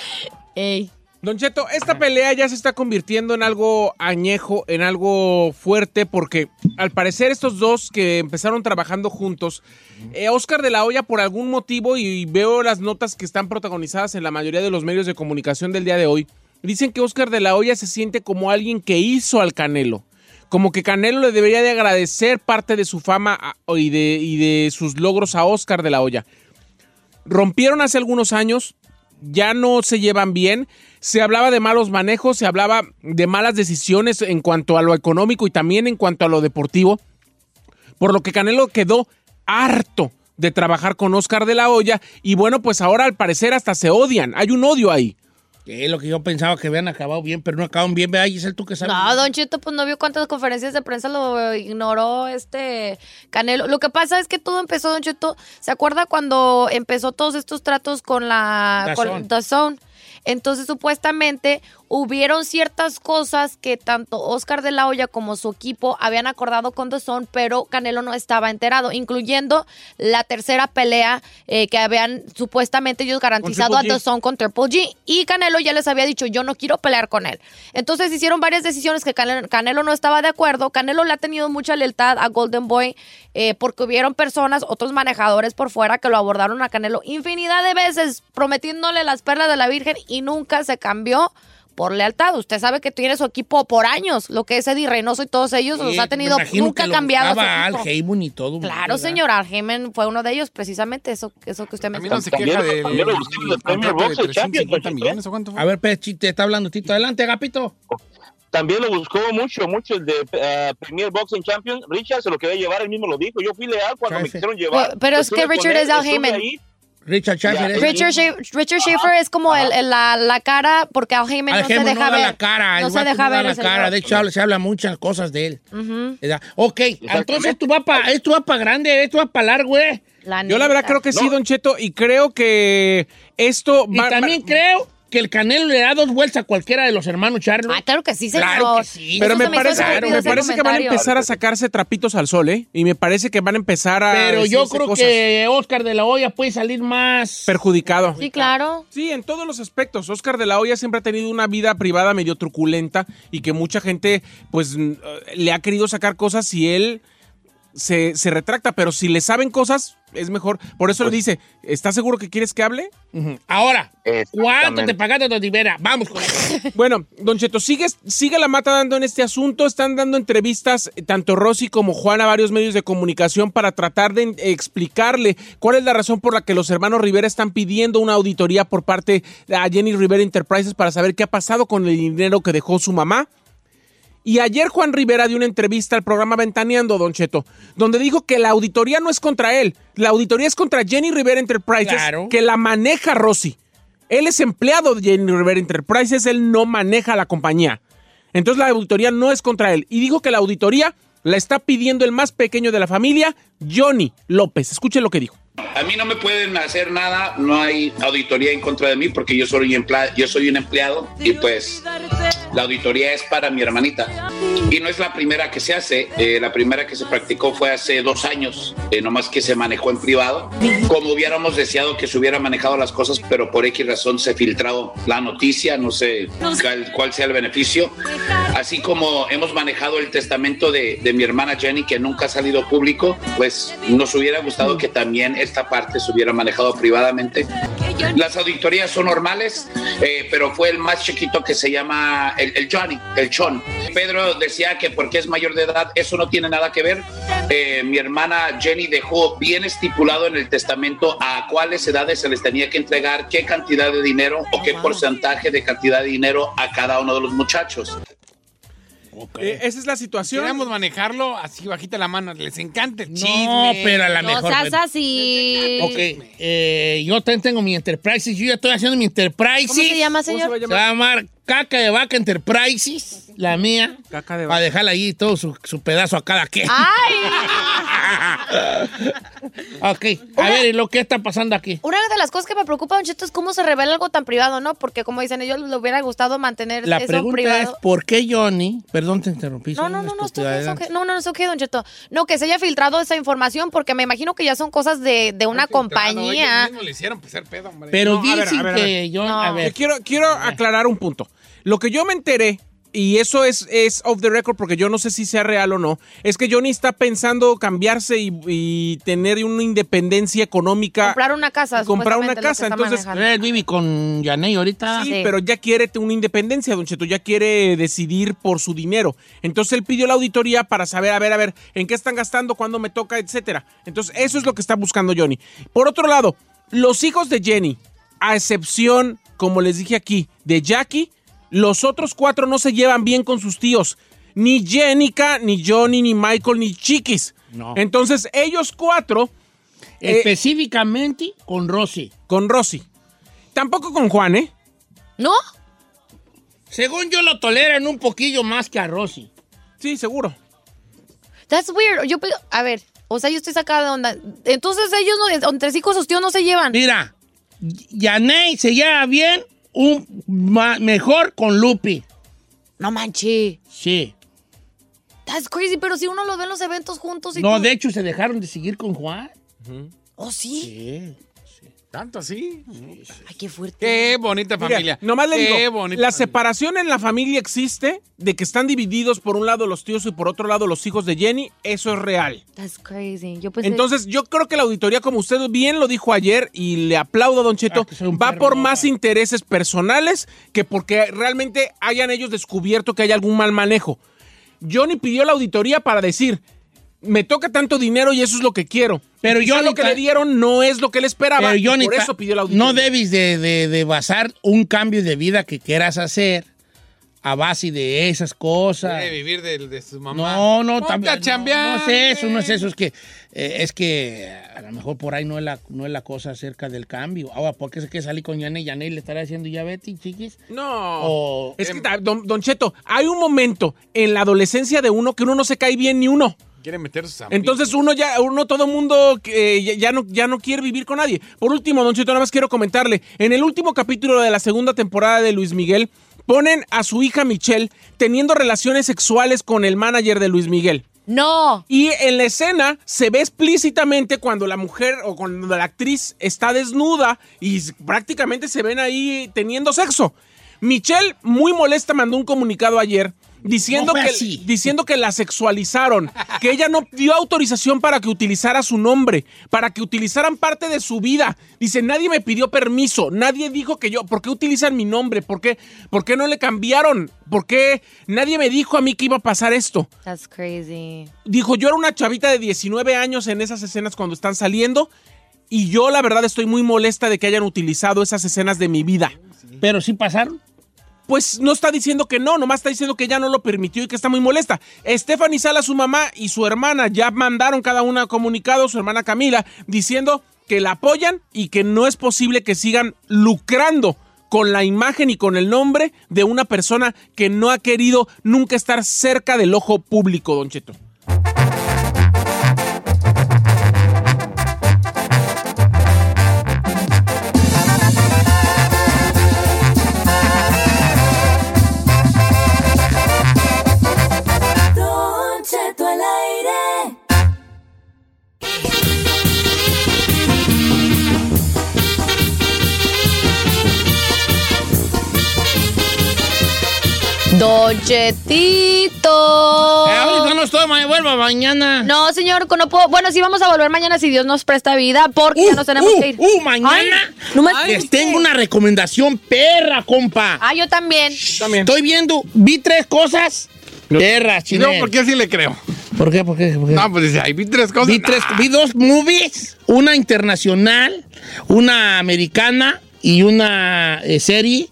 Ey. Don Cheto, esta pelea ya se está convirtiendo en algo añejo, en algo fuerte, porque al parecer estos dos que empezaron trabajando juntos, Oscar de la Hoya por algún motivo, y veo las notas que están protagonizadas en la mayoría de los medios de comunicación del día de hoy, dicen que Oscar de la Hoya se siente como alguien que hizo al Canelo. Como que Canelo le debería de agradecer parte de su fama y de sus logros a Oscar de la Hoya. Rompieron hace algunos años, ya no se llevan bien. Se hablaba de malos manejos, se hablaba de malas decisiones en cuanto a lo económico y también en cuanto a lo deportivo. Por lo que Canelo quedó harto de trabajar con Oscar de la Hoya. Y bueno, pues ahora al parecer hasta se odian. Hay un odio ahí. Es lo que yo pensaba que habían acabado bien, pero no acaban bien. Vea, Giselle, tú que sabes. No, Don Cheto, pues no vio cuántas conferencias de prensa lo ignoró Canelo. Lo que pasa es que todo empezó, Don Cheto, ¿se acuerda cuando empezó todos estos tratos con DAZN? Entonces, supuestamente, hubieron ciertas cosas que tanto Oscar de la Hoya como su equipo habían acordado con DAZN, pero Canelo no estaba enterado, incluyendo la tercera pelea que habían supuestamente ellos garantizado a DAZN con Triple G. Y Canelo ya les había dicho, yo no quiero pelear con él. Entonces, hicieron varias decisiones que Canelo no estaba de acuerdo. Canelo le ha tenido mucha lealtad a Golden Boy porque hubieron personas, otros manejadores por fuera que lo abordaron a Canelo infinidad de veces, prometiéndole las perlas de la Virgen y nunca se cambió por lealtad. Usted sabe que tiene su equipo por años, lo que es Eddie Reynoso y todos ellos los ha tenido, nunca ha cambiado su equipo. Al Heyman y todo. Claro, ¿verdad? Señor, Al Heyman fue uno de ellos, precisamente eso que usted me no se queja del contrato de 350 millones, ¿o cuánto fue? A ver, te está hablando Tito. Adelante, Agapito. También lo buscó mucho el de Premier Boxing Champion. Richard se lo quería llevar, él mismo lo dijo. Yo fui leal cuando me quisieron llevar. Pero es que Richard es Al Heyman. Richard Schaefer. Richard Schaefer es como la cara, porque Al Heyman no se deja ver. La cara, no se deja ver la cara. De hecho, se habla muchas cosas de él. Ok, entonces esto va para grande, esto va para largo, güey. Yo la verdad creo que sí, Don Cheto, y creo que esto va... Y también creo que el Canelo le da 2 vueltas a cualquiera de los hermanos Charlo. Claro que sí, señor. Claro que sí. Pero me parece que van a empezar a sacarse trapitos al sol, ¿eh? Y me parece que van a empezar a... Pero yo creo que Oscar de la Hoya puede salir más... perjudicado. Sí, claro. Sí, en todos los aspectos. Oscar de la Hoya siempre ha tenido una vida privada medio truculenta y que mucha gente, pues, le ha querido sacar cosas y él... se retracta, pero si le saben cosas, es mejor. Por eso le dice, ¿estás seguro que quieres que hable? Ahora, ¿cuánto te pagaste, don Rivera? Vamos con eso. Bueno, Don Cheto, sigue la mata dando en este asunto. Están dando entrevistas, tanto Rosy como Juan, a varios medios de comunicación para tratar de explicarle cuál es la razón por la que los hermanos Rivera están pidiendo una auditoría por parte de Jenny Rivera Enterprises para saber qué ha pasado con el dinero que dejó su mamá. Y ayer Juan Rivera dio una entrevista al programa Ventaneando, Don Cheto, donde dijo que la auditoría no es contra él. La auditoría es contra Jenny Rivera Enterprises, que la maneja Rosy. Él es empleado de Jenny Rivera Enterprises, él no maneja la compañía. Entonces la auditoría no es contra él. Y dijo que la auditoría la está pidiendo el más pequeño de la familia, Johnny López. Escuchen lo que dijo. A mí no me pueden hacer nada, no hay auditoría en contra de mí porque yo soy un empleado y pues la auditoría es para mi hermanita. Y no es la primera que se hace, la primera que se practicó fue hace 2 años, nomás que se manejó en privado. Como hubiéramos deseado que se hubieran manejado las cosas, pero por X razón se filtró la noticia, no sé cuál sea el beneficio. Así como hemos manejado el testamento de mi hermana Jenny, que nunca ha salido público, pues nos hubiera gustado que también esta parte se hubiera manejado privadamente. Las auditorías son normales, pero fue el más chiquito que se llama el Johnny, el Chon. Pedro decía que porque es mayor de edad, eso no tiene nada que ver. Mi hermana Jenny dejó bien estipulado en el testamento a cuáles edades se les tenía que entregar, qué cantidad de dinero o qué porcentaje de cantidad de dinero a cada uno de los muchachos. Esa es la situación. Queremos manejarlo así bajita la mano. Les encanta el chisme. No, pero a la mejor. No seas así. Ok, yo también tengo mi Enterprises. Yo ya estoy haciendo mi Enterprises. ¿Cómo se llama, señor? Se va a llamar Caca de Vaca Enterprises, la mía. Caca de Vaca. Para dejarle ahí todo su pedazo a cada quien. ¡Ay! Ok, a ver, ¿y lo que está pasando aquí? Una de las cosas que me preocupa, Don Cheto, es cómo se revela algo tan privado, ¿no? Porque, como dicen ellos, les hubiera gustado mantener La eso pregunta privado. es, ¿por qué Johnny? Perdón, te interrumpí. No, es ok, Don Cheto. No, que se haya filtrado esa información, porque me imagino que ya son cosas de una compañía. Ellos mismos le hicieron ser pedo, hombre. Pero No, dicen a ver. que Johnny... No. A ver. Quiero aclarar un punto. Lo que yo me enteré, y eso es off the record porque yo no sé si sea real o no, es que Johnny está pensando cambiarse y tener una independencia económica. Comprar una casa. Entonces, él vive con Yaney ahorita. Sí, pero ya quiere una independencia, Don Cheto, ya quiere decidir por su dinero. Entonces él pidió la auditoría para saber, a ver, en qué están gastando, cuándo me toca, etcétera. Entonces eso es lo que está buscando Johnny. Por otro lado, los hijos de Jenny, a excepción, como les dije aquí, de Jackie, los otros 4 no se llevan bien con sus tíos. Ni Jenica, ni Johnny, ni Michael, ni Chiquis. No. Entonces, ellos 4... específicamente con Rosy. Con Rosy. Tampoco con Juan, ¿eh? ¿No? Según yo lo toleran un poquillo más que a Rosy. Sí, seguro. That's weird. A ver, o sea, yo estoy sacada de onda. Entonces ellos, entre sí con sus tíos no se llevan. Mira, Yaney se lleva bien... mejor con Lupi. No manches. Sí. That's crazy, pero si uno los ve en los eventos juntos y no, de hecho, se dejaron de seguir con Juan. ¿Oh, sí? Sí. ¿Tanto así? Ay, qué fuerte. Qué bonita familia. Mira, nomás le digo, la familia. separación en la familia existe, de que están divididos por un lado los tíos y por otro lado los hijos de Jenny, eso es real. That's crazy. Yo pensé... Entonces, yo creo que la auditoría, como usted bien lo dijo ayer, y le aplaudo a Don Cheto, va por más intereses personales que porque realmente hayan ellos descubierto que hay algún mal manejo. Johnny pidió la auditoría para decir, me toca tanto dinero y eso es lo que quiero. Pero yo lo que le dieron no es lo que él esperaba. Pero Johnny, por eso pidió la auditoría. No debes de basar un cambio de vida que quieras hacer a base de esas cosas. Quiere vivir de su mamá. No, también. No es eso. Es que a lo mejor por ahí no es la cosa acerca del cambio. Ahora, ¿por qué se quiere salir con Yaney? ¿Yaney le estará haciendo ya Betty, chiquis? No. Es que, don Cheto, hay un momento en la adolescencia de uno que uno no se cae bien ni uno. Quiere meter sus amigos. Entonces todo mundo ya no quiere vivir con nadie. Por último, Don Cheto, nada más quiero comentarle. En el último capítulo de la segunda temporada de Luis Miguel, ponen a su hija Michelle teniendo relaciones sexuales con el manager de Luis Miguel. ¡No! Y en la escena se ve explícitamente cuando la mujer o cuando la actriz está desnuda y prácticamente se ven ahí teniendo sexo. Michelle, muy molesta, mandó un comunicado ayer diciendo que la sexualizaron, que ella no dio autorización para que utilizara su nombre, para que utilizaran parte de su vida. Dice, nadie me pidió permiso, nadie dijo que ¿por qué utilizan mi nombre? ¿Por qué no le cambiaron? ¿Por qué nadie me dijo a mí que iba a pasar esto? That's crazy. Dijo, yo era una chavita de 19 años en esas escenas cuando están saliendo y yo la verdad estoy muy molesta de que hayan utilizado esas escenas de mi vida. ¿Pero sí pasaron? Pues no está diciendo que no, nomás está diciendo que ella no lo permitió y que está muy molesta. Stephanie Salas, su mamá y su hermana ya mandaron cada una comunicado, su hermana Camila, diciendo que la apoyan y que no es posible que sigan lucrando con la imagen y con el nombre de una persona que no ha querido nunca estar cerca del ojo público, Don Cheto. Don Chetito. Ahorita no estoy, vuelvo mañana. No, señor, no puedo. Bueno, sí vamos a volver mañana si Dios nos presta vida, porque ya nos tenemos que ir. Mañana les tengo una recomendación perra, compa. Yo también. Estoy vi 3 cosas perras, Chinel. No, porque así le creo. ¿Por qué? No, pues ahí vi 3 cosas. Vi 2 movies, una internacional, una americana y una serie.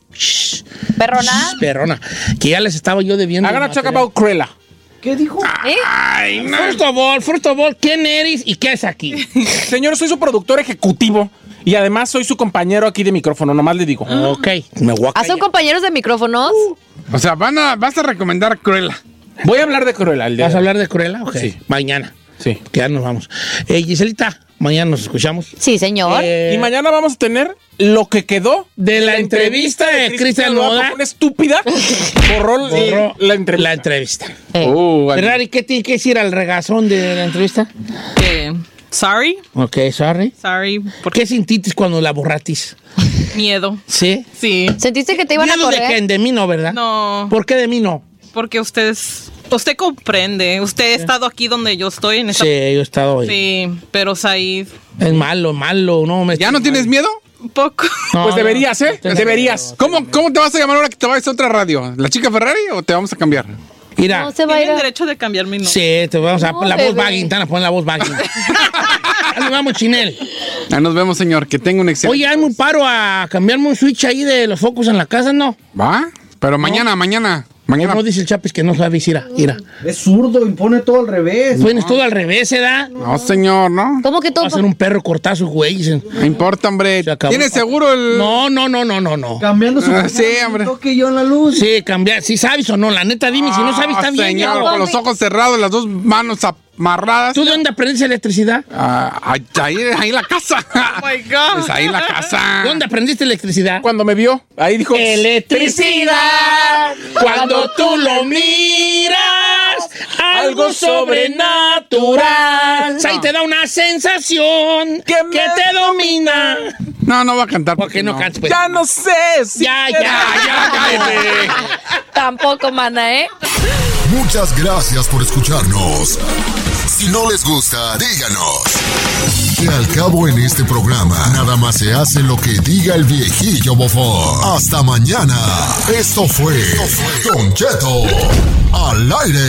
Perrona. Que ya les estaba yo debiendo. I'm gonna talk about Cruella. ¿Qué dijo? Ay, no. First of all, ¿quién eres y qué es aquí? Señor, soy su productor ejecutivo y además soy su compañero aquí de micrófono, nomás le digo. Ok, me voy a callar. ¿Son compañeros de micrófonos? O sea, vas a recomendar Cruella. Voy a hablar de Cruella. ¿Vas a hablar de Cruella? Ok, sí. Mañana. Sí. Que ya nos vamos. Giselita, mañana nos escuchamos. Sí, señor. Y mañana vamos a tener lo que quedó de la entrevista de Cristian Nodal. Una estúpida borró la entrevista. Ferrari, ¿qué tiene que decir al regazón de la entrevista? Sorry. Ok, sorry. ¿Por qué sentiste cuando la borratis? Miedo. ¿Sí? Sí. ¿Sentiste que te iban a correr? ¿Miedo de qué? De mí no, ¿verdad? No. ¿Por qué de mí no? Porque usted comprende. Usted ha estado aquí donde yo estoy. En esta... Sí, yo he estado ahí. Sí, pero Said... Es malo. No, ¿Ya no tienes miedo? Un poco. No, pues deberías, ¿eh? Deberías. ¿Cómo te vas a llamar ahora que te vayas a otra radio? ¿La Chica Ferrari o te vamos a cambiar? Mira. No se va a ir. Tienen derecho de cambiar mi nombre. Sí, te vamos a poner la voz bagging. Te van a poner la voz bagging. Nos vamos, Chinel. Ya nos vemos, señor. Que tenga un excelente. Oye, hazme un paro a cambiarme un switch ahí de los focos en la casa, ¿no? ¿Va? Pero mañana. No dice el Chapis que no sabes, mira. Es zurdo, impone todo al revés. Pones todo al revés, ¿verdad? No, señor, ¿no? ¿Cómo que todo? Va a ser un perro cortazo, güey. No importa, hombre. ¿Tienes seguro el...? No. Cambiando su... sí, hombre. Toque yo en la luz. Sí, cambiar. Si sabes o no, la neta, dime. Si no sabes, está bien. Señor, con los ojos cerrados, las 2 manos amarradas. ¿Tú de dónde aprendiste electricidad? Ahí en la casa. Oh, my God. Pues ahí en la casa. ¿Dónde aprendiste electricidad? Cuando me vio. Ahí dijo... Electricidad. Cuando tú lo miras, algo sobrenatural. Ahí te da una sensación que te domina. No va a cantar. ¿Por qué no cantas? Pues? Ya no sé. Ya, cállate. Tampoco, mana, ¿eh? Muchas gracias por escucharnos. Si no les gusta, díganos. Que al cabo en este programa, nada más se hace lo que diga el viejillo bofón. Hasta mañana. Esto fue Don Cheto al aire.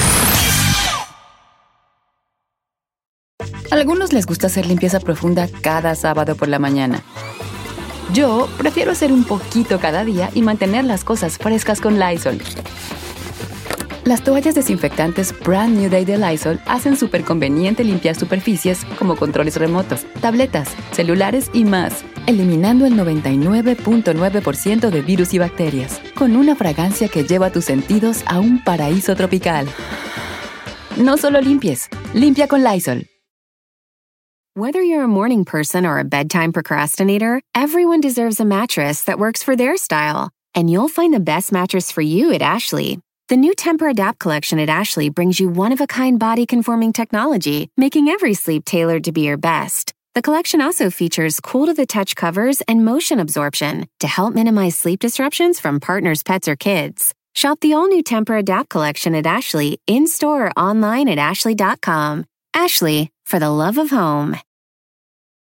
A algunos les gusta hacer limpieza profunda cada sábado por la mañana. Yo prefiero hacer un poquito cada día y mantener las cosas frescas con Lysol. Las toallas desinfectantes Brand New Day de Lysol hacen súper conveniente limpiar superficies como controles remotos, tabletas, celulares y más, eliminando el 99.9% de virus y bacterias, con una fragancia que lleva tus sentidos a un paraíso tropical. No solo limpies, limpia con Lysol. Whether you're a morning person or a bedtime procrastinator, everyone deserves a mattress that works for their style. And you'll find the best mattress for you at Ashley. The new Temper-Adapt collection at Ashley brings you one-of-a-kind body-conforming technology, making every sleep tailored to be your best. The collection also features cool-to-the-touch covers and motion absorption to help minimize sleep disruptions from partners, pets, or kids. Shop the all-new Tempur-Adapt collection at Ashley, in-store or online at ashley.com. Ashley, for the love of home.